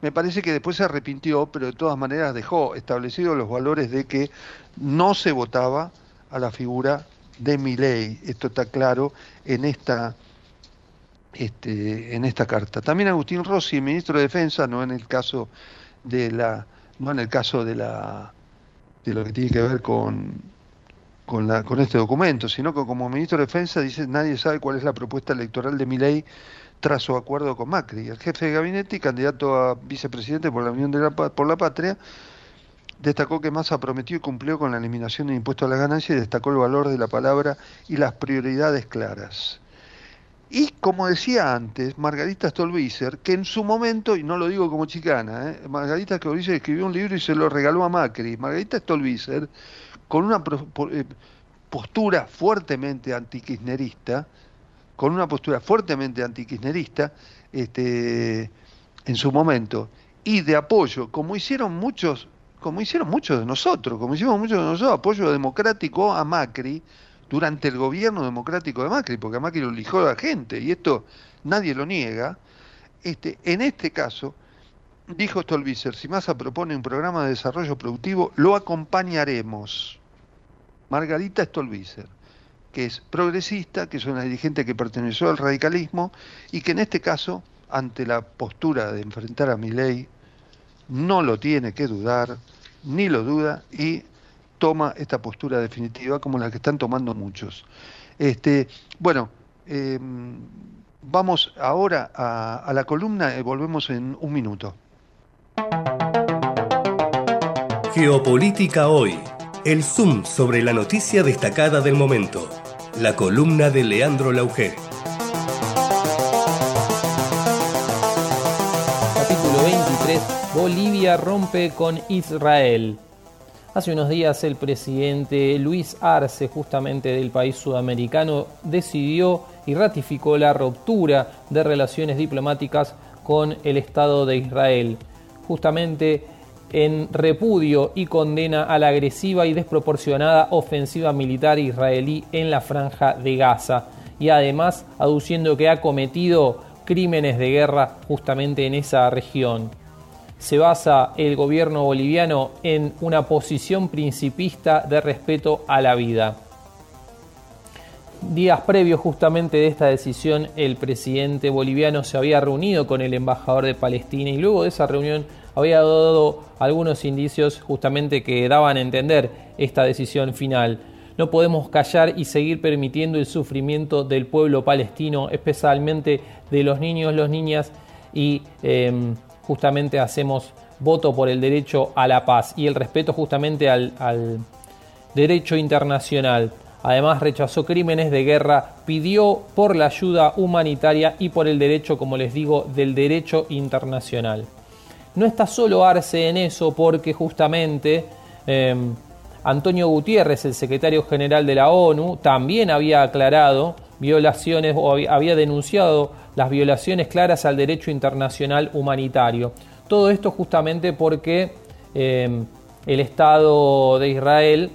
Me parece que después se arrepintió, pero de todas maneras dejó establecidos los valores de que no se votaba a la figura de Milei. Esto está claro en esta, este, en esta carta. También Agustín Rossi, ministro de Defensa, no en el caso de la, no en el caso de la, de lo que tiene que ver con, con la, con este documento, sino que como ministro de Defensa dice nadie sabe cuál es la propuesta electoral de Milei tras su acuerdo con Macri. El jefe de gabinete y candidato a vicepresidente por la Unión de la, por la Patria destacó que Massa prometió y cumplió con la eliminación del impuesto a las ganancias y destacó el valor de la palabra y las prioridades claras. Y como decía antes, Margarita Stolbizer, que en su momento, y no lo digo como chicana, ¿eh? Margarita Stolbizer escribió un libro y se lo regaló a Macri. Margarita Stolbizer, con una postura fuertemente antikirchnerista, con una postura fuertemente antikirchnerista, este, en su momento, y de apoyo, como hicieron muchos, como hicieron muchos de nosotros, como hicimos muchos de nosotros, apoyo democrático a Macri durante el gobierno democrático de Macri, porque a Macri lo eligió la gente, y esto nadie lo niega. Este, en este caso, dijo Stolbizer, si Massa propone un programa de desarrollo productivo, lo acompañaremos. Margarita Stolbizer, que es progresista, que es una dirigente que perteneció al radicalismo y que en este caso, ante la postura de enfrentar a Milei, no lo tiene que dudar, ni lo duda, y toma esta postura definitiva como la que están tomando muchos. Este, bueno, eh, vamos ahora a, a la columna y volvemos en un minuto. Geopolítica hoy. El zoom sobre la noticia destacada del momento. La columna de Leandro Lauger. Capítulo veintitrés. Bolivia rompe con Israel. Hace unos días el presidente Luis Arce, justamente del país sudamericano, decidió y ratificó la ruptura de relaciones diplomáticas con el Estado de Israel, justamente en repudio y condena a la agresiva y desproporcionada ofensiva militar israelí en la Franja de Gaza, y además aduciendo que ha cometido crímenes de guerra justamente en esa región. Se basa el gobierno boliviano en una posición principista de respeto a la vida. Días previos justamente de esta decisión, el presidente boliviano se había reunido con el embajador de Palestina y luego de esa reunión había dado algunos indicios justamente que daban a entender esta decisión final. No podemos callar y seguir permitiendo el sufrimiento del pueblo palestino, especialmente de los niños, las niñas, y eh, justamente hacemos voto por el derecho a la paz y el respeto justamente al, al derecho internacional. Además rechazó crímenes de guerra, pidió por la ayuda humanitaria y por el derecho, como les digo, del derecho internacional. No está solo Arce en eso, porque justamente eh, Antonio Gutiérrez, el secretario general de la ONU, también había aclarado violaciones o había denunciado las violaciones claras al derecho internacional humanitario. Todo esto justamente porque eh, el Estado de Israel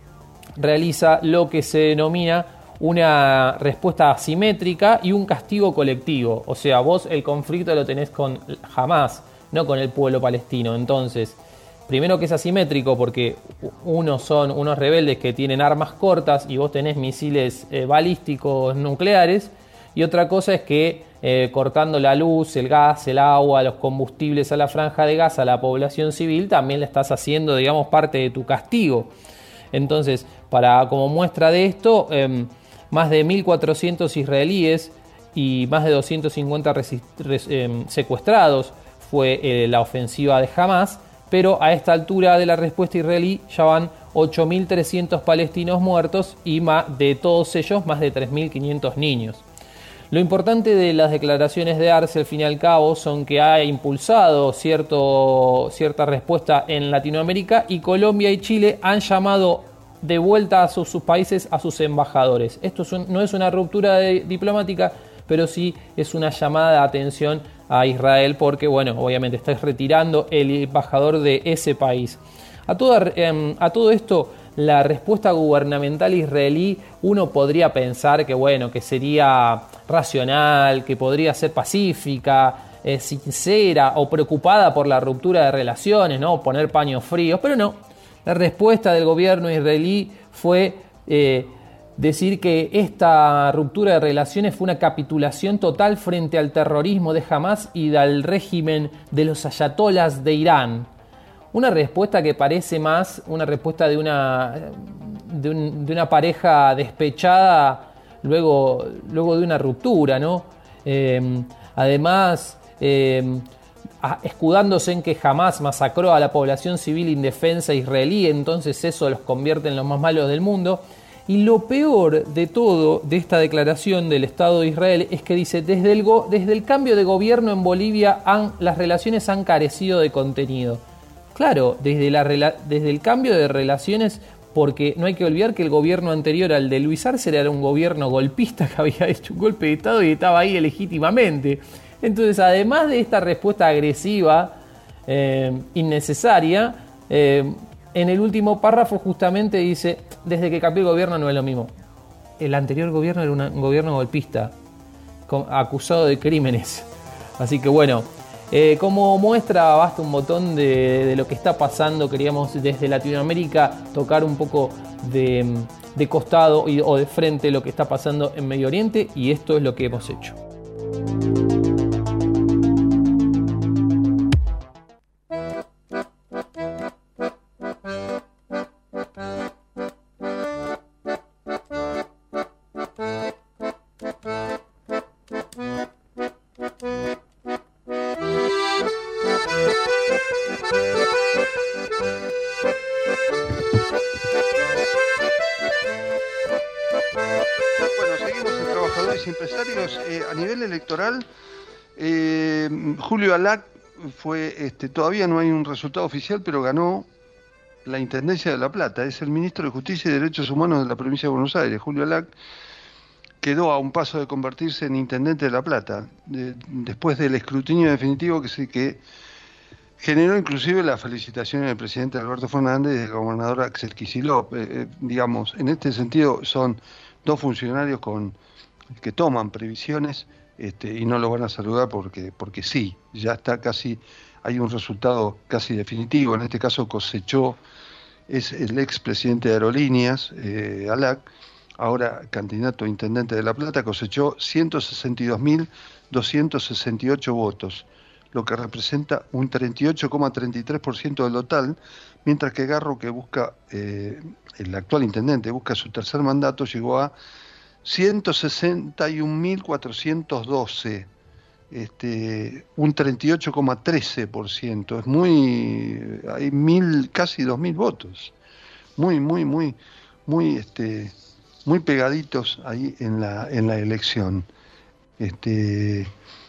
realiza lo que se denomina una respuesta asimétrica y un castigo colectivo. O sea, vos el conflicto lo tenés con Hamás, no con el pueblo palestino. Entonces, primero que es asimétrico porque unos son unos rebeldes que tienen armas cortas y vos tenés misiles eh, balísticos nucleares, y otra cosa es que eh, cortando la luz, el gas, el agua, los combustibles a la Franja de Gaza, a la población civil, también le estás haciendo, digamos, parte de tu castigo. Entonces, para como muestra de esto, eh, más de mil cuatrocientos israelíes y más de doscientos cincuenta resist- res- eh, secuestrados fue eh, la ofensiva de Hamás, pero a esta altura de la respuesta israelí ya van ocho mil trescientos palestinos muertos y más de todos ellos más de tres mil quinientos niños. Lo importante de las declaraciones de Arce, al fin y al cabo, son que ha impulsado cierto, cierta respuesta en Latinoamérica, y Colombia y Chile han llamado de vuelta a sus, sus países a sus embajadores. Esto es un, no es una ruptura de, diplomática, pero sí es una llamada de atención a Israel porque, bueno, obviamente está retirando el embajador de ese país. A, toda, eh, a todo esto, la respuesta gubernamental israelí, uno podría pensar que, bueno, que sería racional, que podría ser pacífica, eh, sincera o preocupada por la ruptura de relaciones, ¿no? Poner paños fríos, pero no. La respuesta del gobierno israelí fue eh, decir que esta ruptura de relaciones fue una capitulación total frente al terrorismo de Hamas y al régimen de los ayatolás de Irán. Una respuesta que parece más una respuesta de una, de, un, de una pareja despechada luego, luego de una ruptura, ¿no? Eh, además, eh, escudándose en que Hamas masacró a la población civil indefensa israelí, entonces eso los convierte en los más malos del mundo. Y lo peor de todo de esta declaración del Estado de Israel es que dice, desde el, go- desde el cambio de gobierno en Bolivia han, las relaciones han carecido de contenido. Claro, desde, la rela- desde el cambio de relaciones, porque no hay que olvidar que el gobierno anterior al de Luis Arce era un gobierno golpista que había hecho un golpe de Estado y estaba ahí legítimamente. Entonces, además de esta respuesta agresiva, eh, innecesaria, eh, en el último párrafo justamente dice, desde que cambió el gobierno no es lo mismo. El anterior gobierno era una, un gobierno golpista, con, acusado de crímenes. Así que bueno, eh, como muestra basta un botón de, de lo que está pasando, queríamos desde Latinoamérica tocar un poco de, de costado y, o de frente lo que está pasando en Medio Oriente, y esto es lo que hemos hecho. Eh, Julio Alac fue, este, todavía no hay un resultado oficial, pero ganó la Intendencia de La Plata. Es el ministro de Justicia y Derechos Humanos de la provincia de Buenos Aires. Julio Alac quedó a un paso de convertirse en intendente de La Plata, de, después del escrutinio definitivo que, se, que generó inclusive las felicitaciones del presidente Alberto Fernández y del gobernador Axel Kicillof. Eh, eh, digamos, en este sentido son dos funcionarios con, que toman previsiones este, y no lo van a saludar porque, porque sí, ya está casi, hay un resultado casi definitivo. En este caso cosechó, es el expresidente de Aerolíneas, eh, Alac, ahora candidato a intendente de La Plata, cosechó ciento sesenta y dos mil doscientos sesenta y ocho votos, lo que representa un treinta y ocho coma treinta y tres por ciento del total, mientras que Garro, que busca, eh, el actual intendente, busca su tercer mandato, llegó a ciento sesenta y un mil cuatrocientos doce, este, un treinta y ocho coma trece por ciento, es muy, hay mil, casi dos mil votos, muy, muy, muy, muy, este, muy pegaditos ahí en la, en la elección. Este,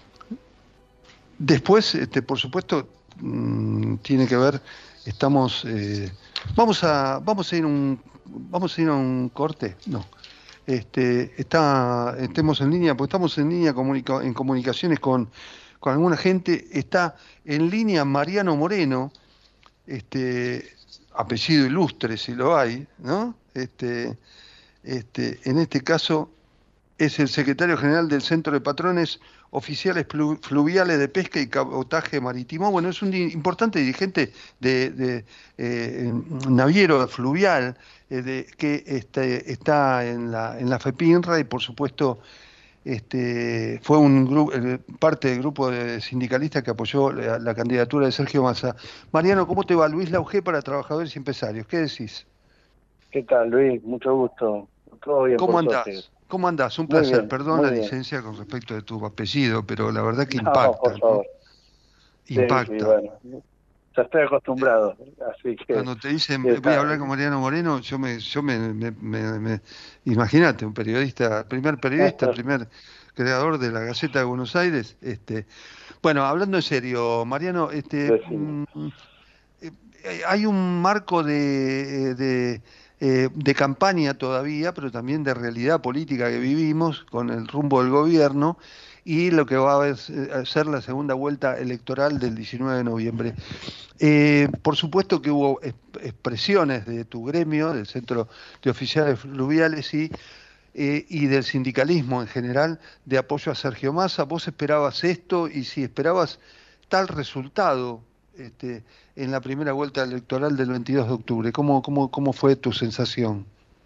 después, este, por supuesto, mmm, tiene que ver, estamos, eh, vamos a, vamos a ir un, vamos a ir a un corte, no. Este, está, estemos en línea, porque estamos en línea comunica, en comunicaciones con, con alguna gente. Está en línea Mariano Moreno, este, apellido ilustre si lo hay, ¿no? Este, este, en este caso es el secretario general del Centro de Patrones Oficiales Fluviales de Pesca y Cabotaje Marítimo. Bueno, es un importante dirigente de, de eh, naviero fluvial eh, de, que este, está en la, en la FEPINRA y por supuesto este, fue un grupo, eh, parte del grupo de sindicalistas que apoyó la, la candidatura de Sergio Massa. Mariano, ¿cómo te va? Luis Lauge para Trabajadores y Empresarios. ¿Qué decís? ¿Qué tal, Luis? Mucho gusto. Todo bien. ¿Cómo andás? Suerte. ¿Cómo andás? Un placer. Bien, Perdón la licencia con respecto de tu apellido, pero la verdad que no, impacta. por favor. ¿No? Impacta. Sí, sí, bueno. Ya estoy acostumbrado, así que... Cuando te dicen, voy a hablar con Mariano Moreno, yo me... yo me, me, me, me Imagínate, un periodista, primer periodista, primer creador de la Gaceta de Buenos Aires. este Bueno, hablando en serio, Mariano, este sí, mm, eh, hay un marco de... de Eh, de campaña todavía, pero también de realidad política que vivimos con el rumbo del gobierno y lo que va a ser la segunda vuelta electoral del diecinueve de noviembre. Eh, por supuesto que hubo expresiones de tu gremio, del Centro de Oficiales Fluviales, y eh, y del sindicalismo en general de apoyo a Sergio Massa. ¿Vos esperabas esto? Y si esperabas tal resultado este, en la primera vuelta electoral del veintidós de octubre, ¿cómo, cómo, cómo fue tu sensación?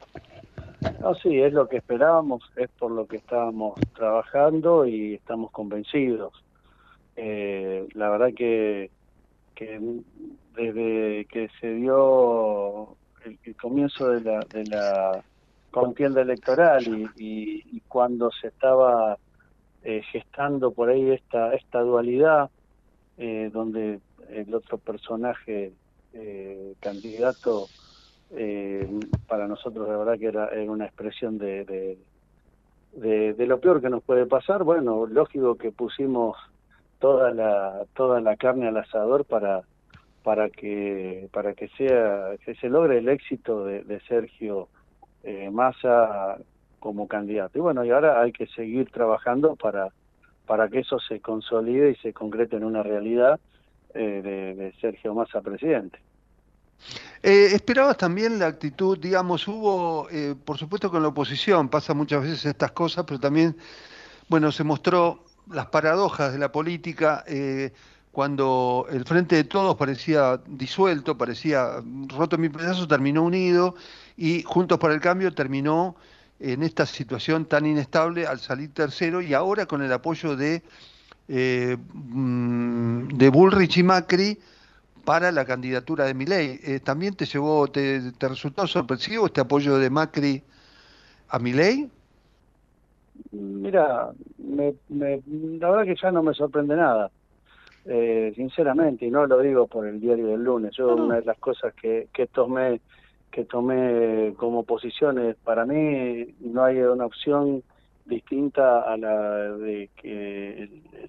No, sí, es lo que esperábamos, es por lo que estábamos trabajando y estamos convencidos. Eh, la verdad que, que desde que se dio el, el comienzo de la, de la contienda electoral y, y, y cuando se estaba eh, gestando por ahí esta, esta dualidad, eh, donde el otro personaje eh, candidato, eh, para nosotros la verdad que era, era una expresión de, de, de, de lo peor que nos puede pasar. Bueno, lógico que pusimos toda la toda la carne al asador para para que para que sea que se logre el éxito de, de Sergio eh, Massa como candidato. Y bueno, y ahora hay que seguir trabajando para para que eso se consolide y se concrete en una realidad eh, de, de Sergio Massa presidente. Eh, ¿Esperabas también la actitud, digamos, hubo, eh, por supuesto con la oposición, pasa muchas veces estas cosas, pero también, bueno, se mostró las paradojas de la política, eh, cuando el Frente de Todos parecía disuelto, parecía roto en mil pedazos, terminó unido, y Juntos por el Cambio terminó en esta situación tan inestable al salir tercero, y ahora con el apoyo de, eh, de Bullrich y Macri para la candidatura de Milei. Eh, ¿También te llevó, te, te resultó sorpresivo este apoyo de Macri a Milei? Mira, me, me, la verdad que ya no me sorprende nada, eh, sinceramente, y no lo digo por el diario del lunes. Yo no. Una de las cosas que, que tomé que tomé como posiciones, para mí no hay una opción distinta a la de que el, el,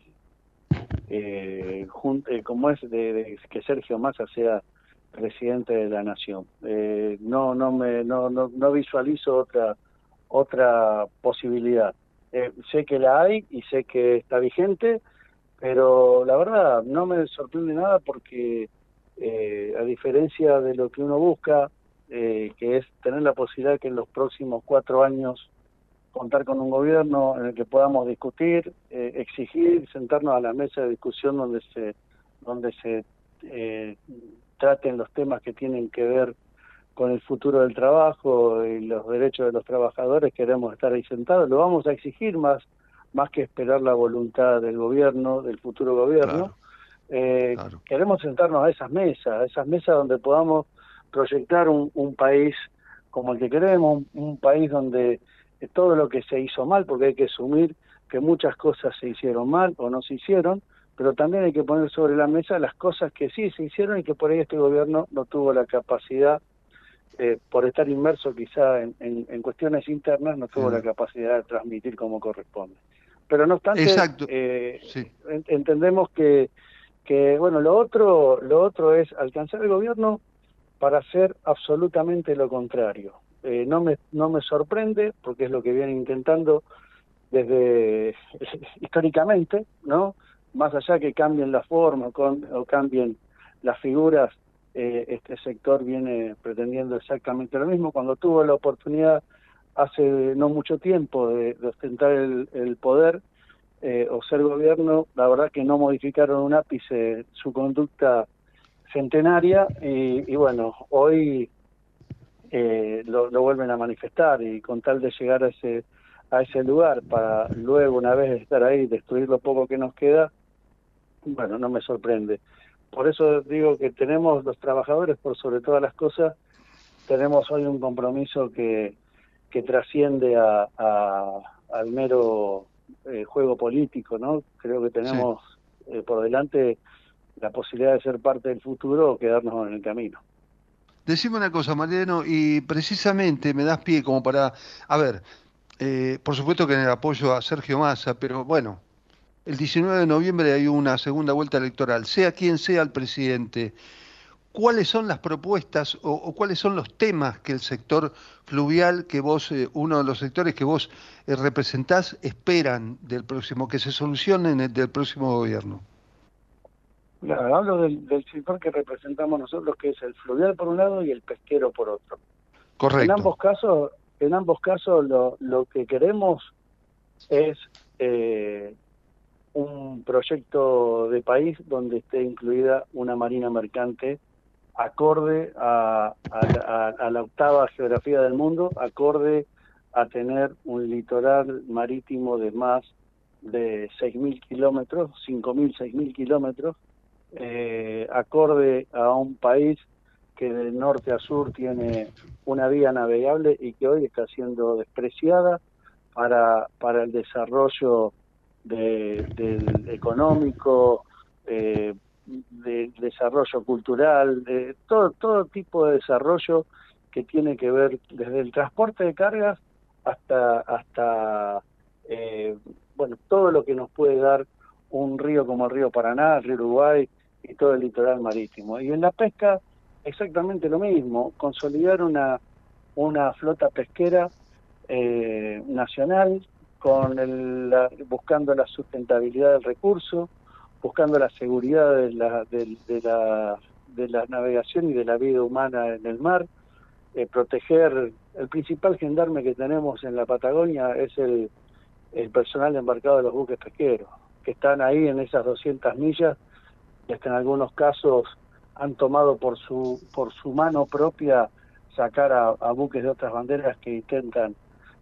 Eh, jun, eh, como es de, de que Sergio Massa sea presidente de la nación. Eh, no no me no, no no visualizo otra otra posibilidad. Eh, sé que la hay y sé que está vigente, pero la verdad no me sorprende nada porque eh, a diferencia de lo que uno busca, eh, que es tener la posibilidad que en los próximos cuatro años contar con un gobierno en el que podamos discutir, eh, exigir, sentarnos a la mesa de discusión donde se donde se eh, traten los temas que tienen que ver con el futuro del trabajo y los derechos de los trabajadores. Queremos estar ahí sentados, lo vamos a exigir más más que esperar la voluntad del gobierno, del futuro gobierno. Claro. Eh, claro. Queremos sentarnos a esas mesas, a esas mesas donde podamos proyectar un, un país como el que queremos, un, un país donde todo lo que se hizo mal, porque hay que asumir que muchas cosas se hicieron mal o no se hicieron, pero también hay que poner sobre la mesa las cosas que sí se hicieron y que por ahí este gobierno no tuvo la capacidad, eh, por estar inmerso quizá en, en, en cuestiones internas, no tuvo sí. la capacidad de transmitir como corresponde. Pero no obstante, eh, sí. en, entendemos que, que bueno, lo otro, lo otro es alcanzar el gobierno para hacer absolutamente lo contrario. Eh, no me no me sorprende porque es lo que vienen intentando desde históricamente, ¿no? Más allá que cambien la forma con, o cambien las figuras, eh, este sector viene pretendiendo exactamente lo mismo. Cuando tuvo la oportunidad hace no mucho tiempo de, de ostentar el, el poder eh, o ser gobierno, la verdad que no modificaron un ápice su conducta centenaria y, y bueno, hoy Eh, lo, lo vuelven a manifestar y con tal de llegar a ese a ese lugar para luego, una vez estar ahí, destruir lo poco que nos queda, bueno, no me sorprende. Por eso digo que tenemos los trabajadores, por sobre todas las cosas, tenemos hoy un compromiso que, que trasciende a, a, al mero eh, juego político, ¿no? Creo que tenemos sí. eh, por delante la posibilidad de ser parte del futuro o quedarnos en el camino. Decime una cosa, Mariano, y precisamente me das pie como para... A ver, eh, por supuesto que en el apoyo a Sergio Massa, pero bueno, el diecinueve de noviembre hay una segunda vuelta electoral, sea quien sea el presidente. ¿Cuáles son las propuestas o, o cuáles son los temas que el sector fluvial, que vos, eh, uno de los sectores que vos eh, representás, esperan del próximo, que se solucionen el, del próximo gobierno? Claro, hablo del, del sector que representamos nosotros, que es el fluvial por un lado y el pesquero por otro. Correcto. En ambos casos, en ambos casos lo, lo que queremos es eh, un proyecto de país donde esté incluida una marina mercante acorde a, a, a, a la octava geografía del mundo, acorde a tener un litoral marítimo de más de seis mil kilómetros, cinco mil, seis mil kilómetros, eh, acorde a un país que de norte a sur tiene una vía navegable y que hoy está siendo despreciada para, para el desarrollo de, del económico, eh, del desarrollo cultural, de todo, todo tipo de desarrollo que tiene que ver desde el transporte de cargas hasta, hasta eh, bueno, todo lo que nos puede dar un río como el río Paraná, el río Uruguay y todo el litoral marítimo. Y en la pesca exactamente lo mismo, consolidar una, una flota pesquera eh, nacional con el, la, buscando la sustentabilidad del recurso, buscando la seguridad de la, de, de la, de la navegación y de la vida humana en el mar, eh, proteger. El principal gendarme que tenemos en la Patagonia es el, el personal embarcado de los buques pesqueros, que están ahí en esas doscientas millas y hasta en algunos casos han tomado por su por su mano propia sacar a, a buques de otras banderas que intentan,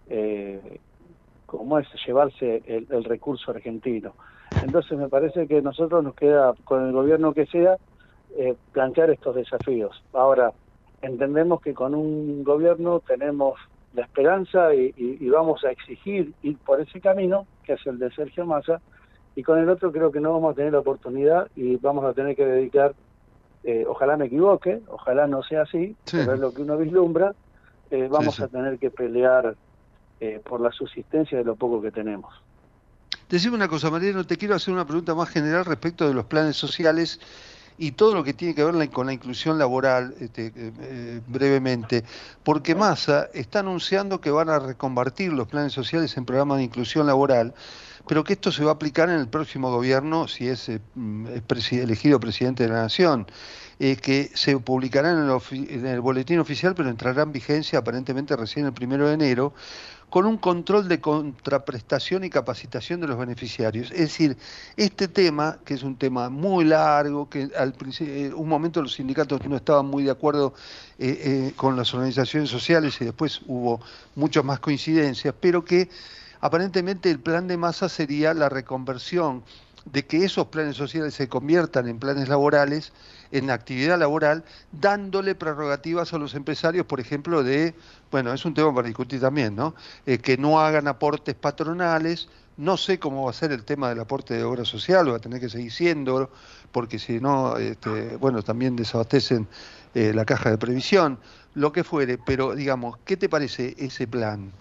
eh, como es, llevarse el, el recurso argentino. Entonces me parece que a nosotros nos queda, con el gobierno que sea, eh, plantear estos desafíos. Ahora, entendemos que con un gobierno tenemos la esperanza y, y, y vamos a exigir ir por ese camino, que es el de Sergio Massa, y con el otro creo que no vamos a tener la oportunidad y vamos a tener que dedicar, eh, ojalá me equivoque, ojalá no sea así, sí, pero es lo que uno vislumbra, eh, vamos sí, sí. a tener que pelear eh, por la subsistencia de lo poco que tenemos. Decime una cosa, Mariano, te quiero hacer una pregunta más general respecto de los planes sociales y todo lo que tiene que ver con la inclusión laboral, este, eh, brevemente, porque Massa está anunciando que van a reconvertir los planes sociales en programas de inclusión laboral, pero que esto se va a aplicar en el próximo gobierno si es, eh, es presi- elegido presidente de la Nación, eh, que se publicarán en el, ofi- en el boletín oficial, pero entrarán en vigencia aparentemente recién el primero de enero, con un control de contraprestación y capacitación de los beneficiarios. Es decir, este tema, que es un tema muy largo, que al principio, un momento los sindicatos no estaban muy de acuerdo eh, eh, con las organizaciones sociales y después hubo muchas más coincidencias, pero que aparentemente el plan de Massa sería la reconversión de que esos planes sociales se conviertan en planes laborales, en actividad laboral, dándole prerrogativas a los empresarios, por ejemplo, de, bueno, es un tema para discutir también, ¿no? Eh, que no hagan aportes patronales. No sé cómo va a ser el tema del aporte de obra social, va a tener que seguir siendo, porque si no, este, bueno, también desabastecen eh, la caja de previsión, lo que fuere, pero digamos, ¿qué te parece ese plan?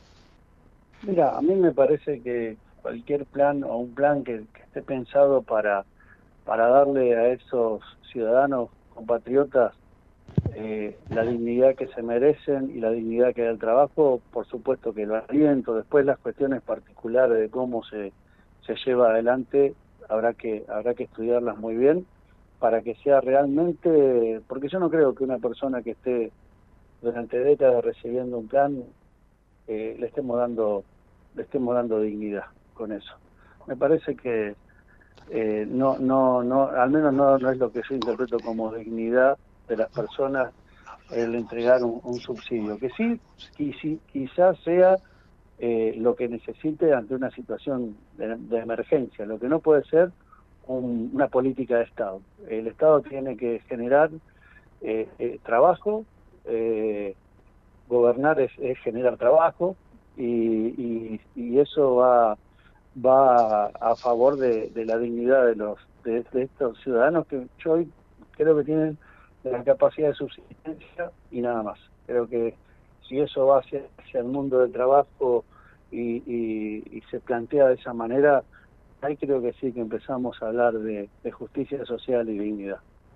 Mira, a mí me parece que cualquier plan o un plan que, que esté pensado para, para darle a esos ciudadanos compatriotas eh, la dignidad que se merecen y la dignidad que da el trabajo, por supuesto que lo aliento. Después las cuestiones particulares de cómo se, se lleva adelante habrá que habrá que estudiarlas muy bien para que sea realmente, porque yo no creo que una persona que esté durante décadas recibiendo un plan eh, le estemos dando le estemos dando dignidad con eso. Me parece que eh, no no no al menos no, no es lo que yo interpreto como dignidad de las personas el entregar un, un subsidio, que sí, quizí, quizás sea eh, lo que necesite ante una situación de, de emergencia. Lo que no puede ser un, una política de Estado. El Estado tiene que generar eh, eh, trabajo, eh, gobernar es, es generar trabajo, y, y, y eso va va a favor de, de la dignidad de los de, de estos ciudadanos que yo hoy creo que tienen la capacidad de subsistencia y nada más. Creo que si eso va hacia, hacia el mundo del trabajo y, y, y se plantea de esa manera, ahí creo que sí que empezamos a hablar de, de justicia social y dignidad.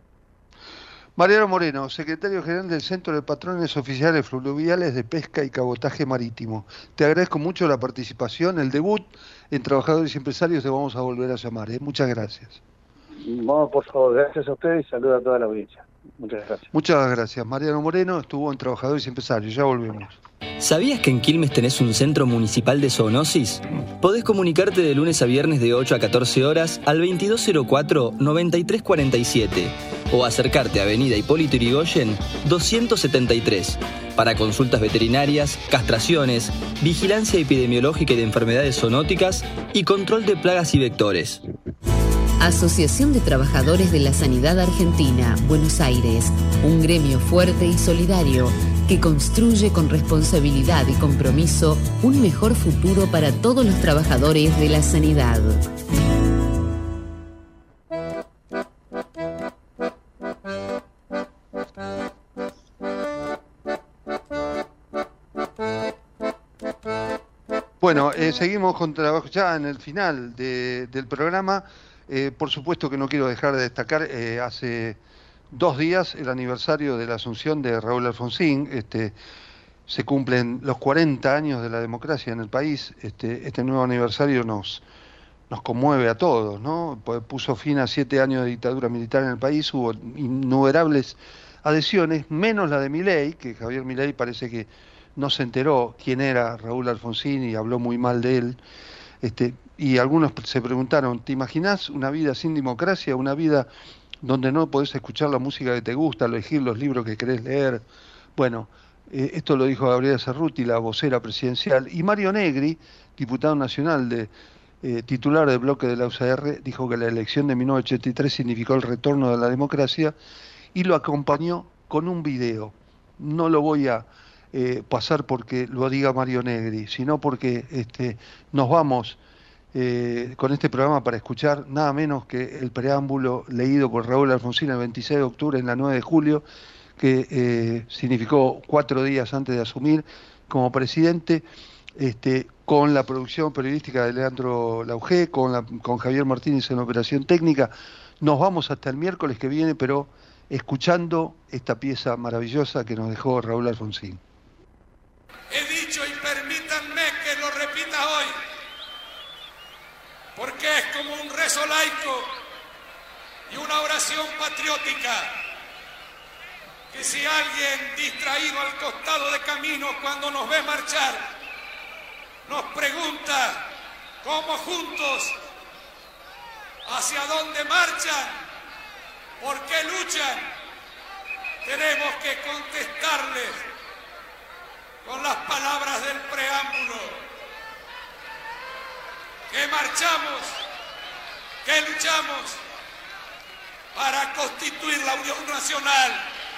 Mariano Moreno, secretario general del Centro de Patrones Oficiales Fluviales de Pesca y Cabotaje Marítimo. Te agradezco mucho la participación, el debut en Trabajadores y Empresarios, te vamos a volver a llamar, ¿eh? Muchas gracias. No, por favor, gracias a ustedes y saludos a toda la audiencia. Muchas gracias. Muchas gracias. Mariano Moreno estuvo en Trabajadores y Empresarios. Ya volvemos. ¿Sabías que en Quilmes tenés un centro municipal de zoonosis? Podés comunicarte de lunes a viernes de ocho a catorce horas al veintidós cero cuatro, noventa y tres cuarenta y siete o acercarte a Avenida Hipólito Yrigoyen doscientos setenta y tres para consultas veterinarias, castraciones, vigilancia epidemiológica y de enfermedades zoonóticas y control de plagas y vectores. Asociación de Trabajadores de la Sanidad Argentina, Buenos Aires, un gremio fuerte y solidario que construye con responsabilidad y compromiso un mejor futuro para todos los trabajadores de la sanidad. Bueno, eh, seguimos con trabajo ya en el final de, del programa. Eh, por supuesto que no quiero dejar de destacar, eh, hace dos días el aniversario de la asunción de Raúl Alfonsín. Este, se cumplen los cuarenta años de la democracia en el país. Este, este nuevo aniversario nos, nos conmueve a todos, ¿no? Puso fin a siete años de dictadura militar en el país, hubo innumerables adhesiones, menos la de Milei, que Javier Milei parece que no se enteró quién era Raúl Alfonsín y habló muy mal de él. Este, y algunos se preguntaron, ¿te imaginás una vida sin democracia? Una vida donde no podés escuchar la música que te gusta, elegir los libros que querés leer. Bueno, eh, esto lo dijo Gabriela Cerruti, la vocera presidencial. Y Mario Negri, diputado nacional, de eh, titular del bloque de la U C R, dijo que la elección de mil novecientos ochenta y tres significó el retorno de la democracia y lo acompañó con un video. No lo voy a eh, pasar porque lo diga Mario Negri, sino porque este, nos vamos Eh, con este programa para escuchar nada menos que el preámbulo leído por Raúl Alfonsín el veintiséis de octubre en la nueve de julio, que eh, significó cuatro días antes de asumir como presidente, este, con la producción periodística de Leandro Laugé, con, la, con Javier Martínez en operación técnica. Nos vamos hasta el miércoles que viene, pero escuchando esta pieza maravillosa que nos dejó Raúl Alfonsín. He dicho, y permítanme que lo repita hoy, porque es como un rezo laico y una oración patriótica, que si alguien distraído al costado de camino cuando nos ve marchar, nos pregunta cómo juntos, hacia dónde marchan, por qué luchan, tenemos que contestarles con las palabras del preámbulo. Que marchamos, que luchamos para constituir la Unión Nacional,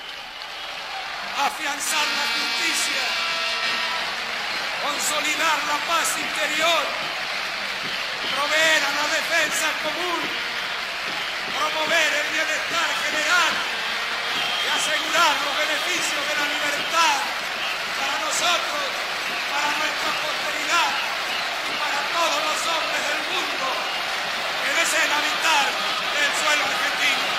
afianzar la justicia, consolidar la paz interior, proveer a la defensa común, promover el bienestar general y asegurar los beneficios de la libertad para nosotros, para nuestra posteridad, para todos los hombres del mundo que deseen habitar el suelo argentino.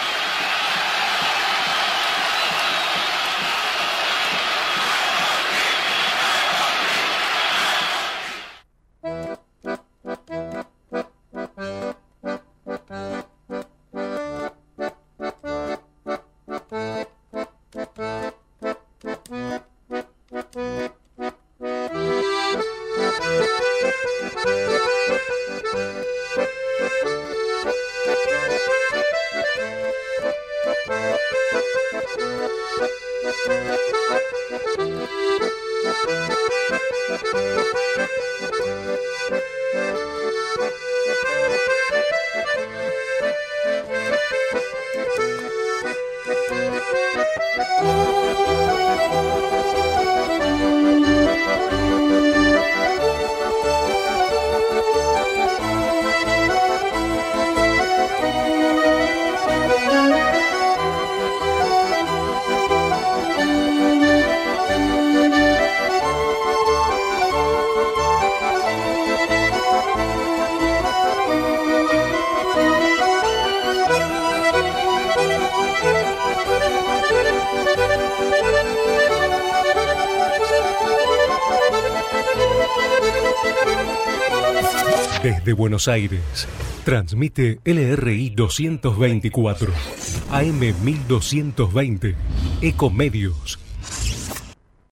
Desde Buenos Aires, Transmite L R I doscientos veinticuatro, A M mil doscientos veinte, Ecomedios.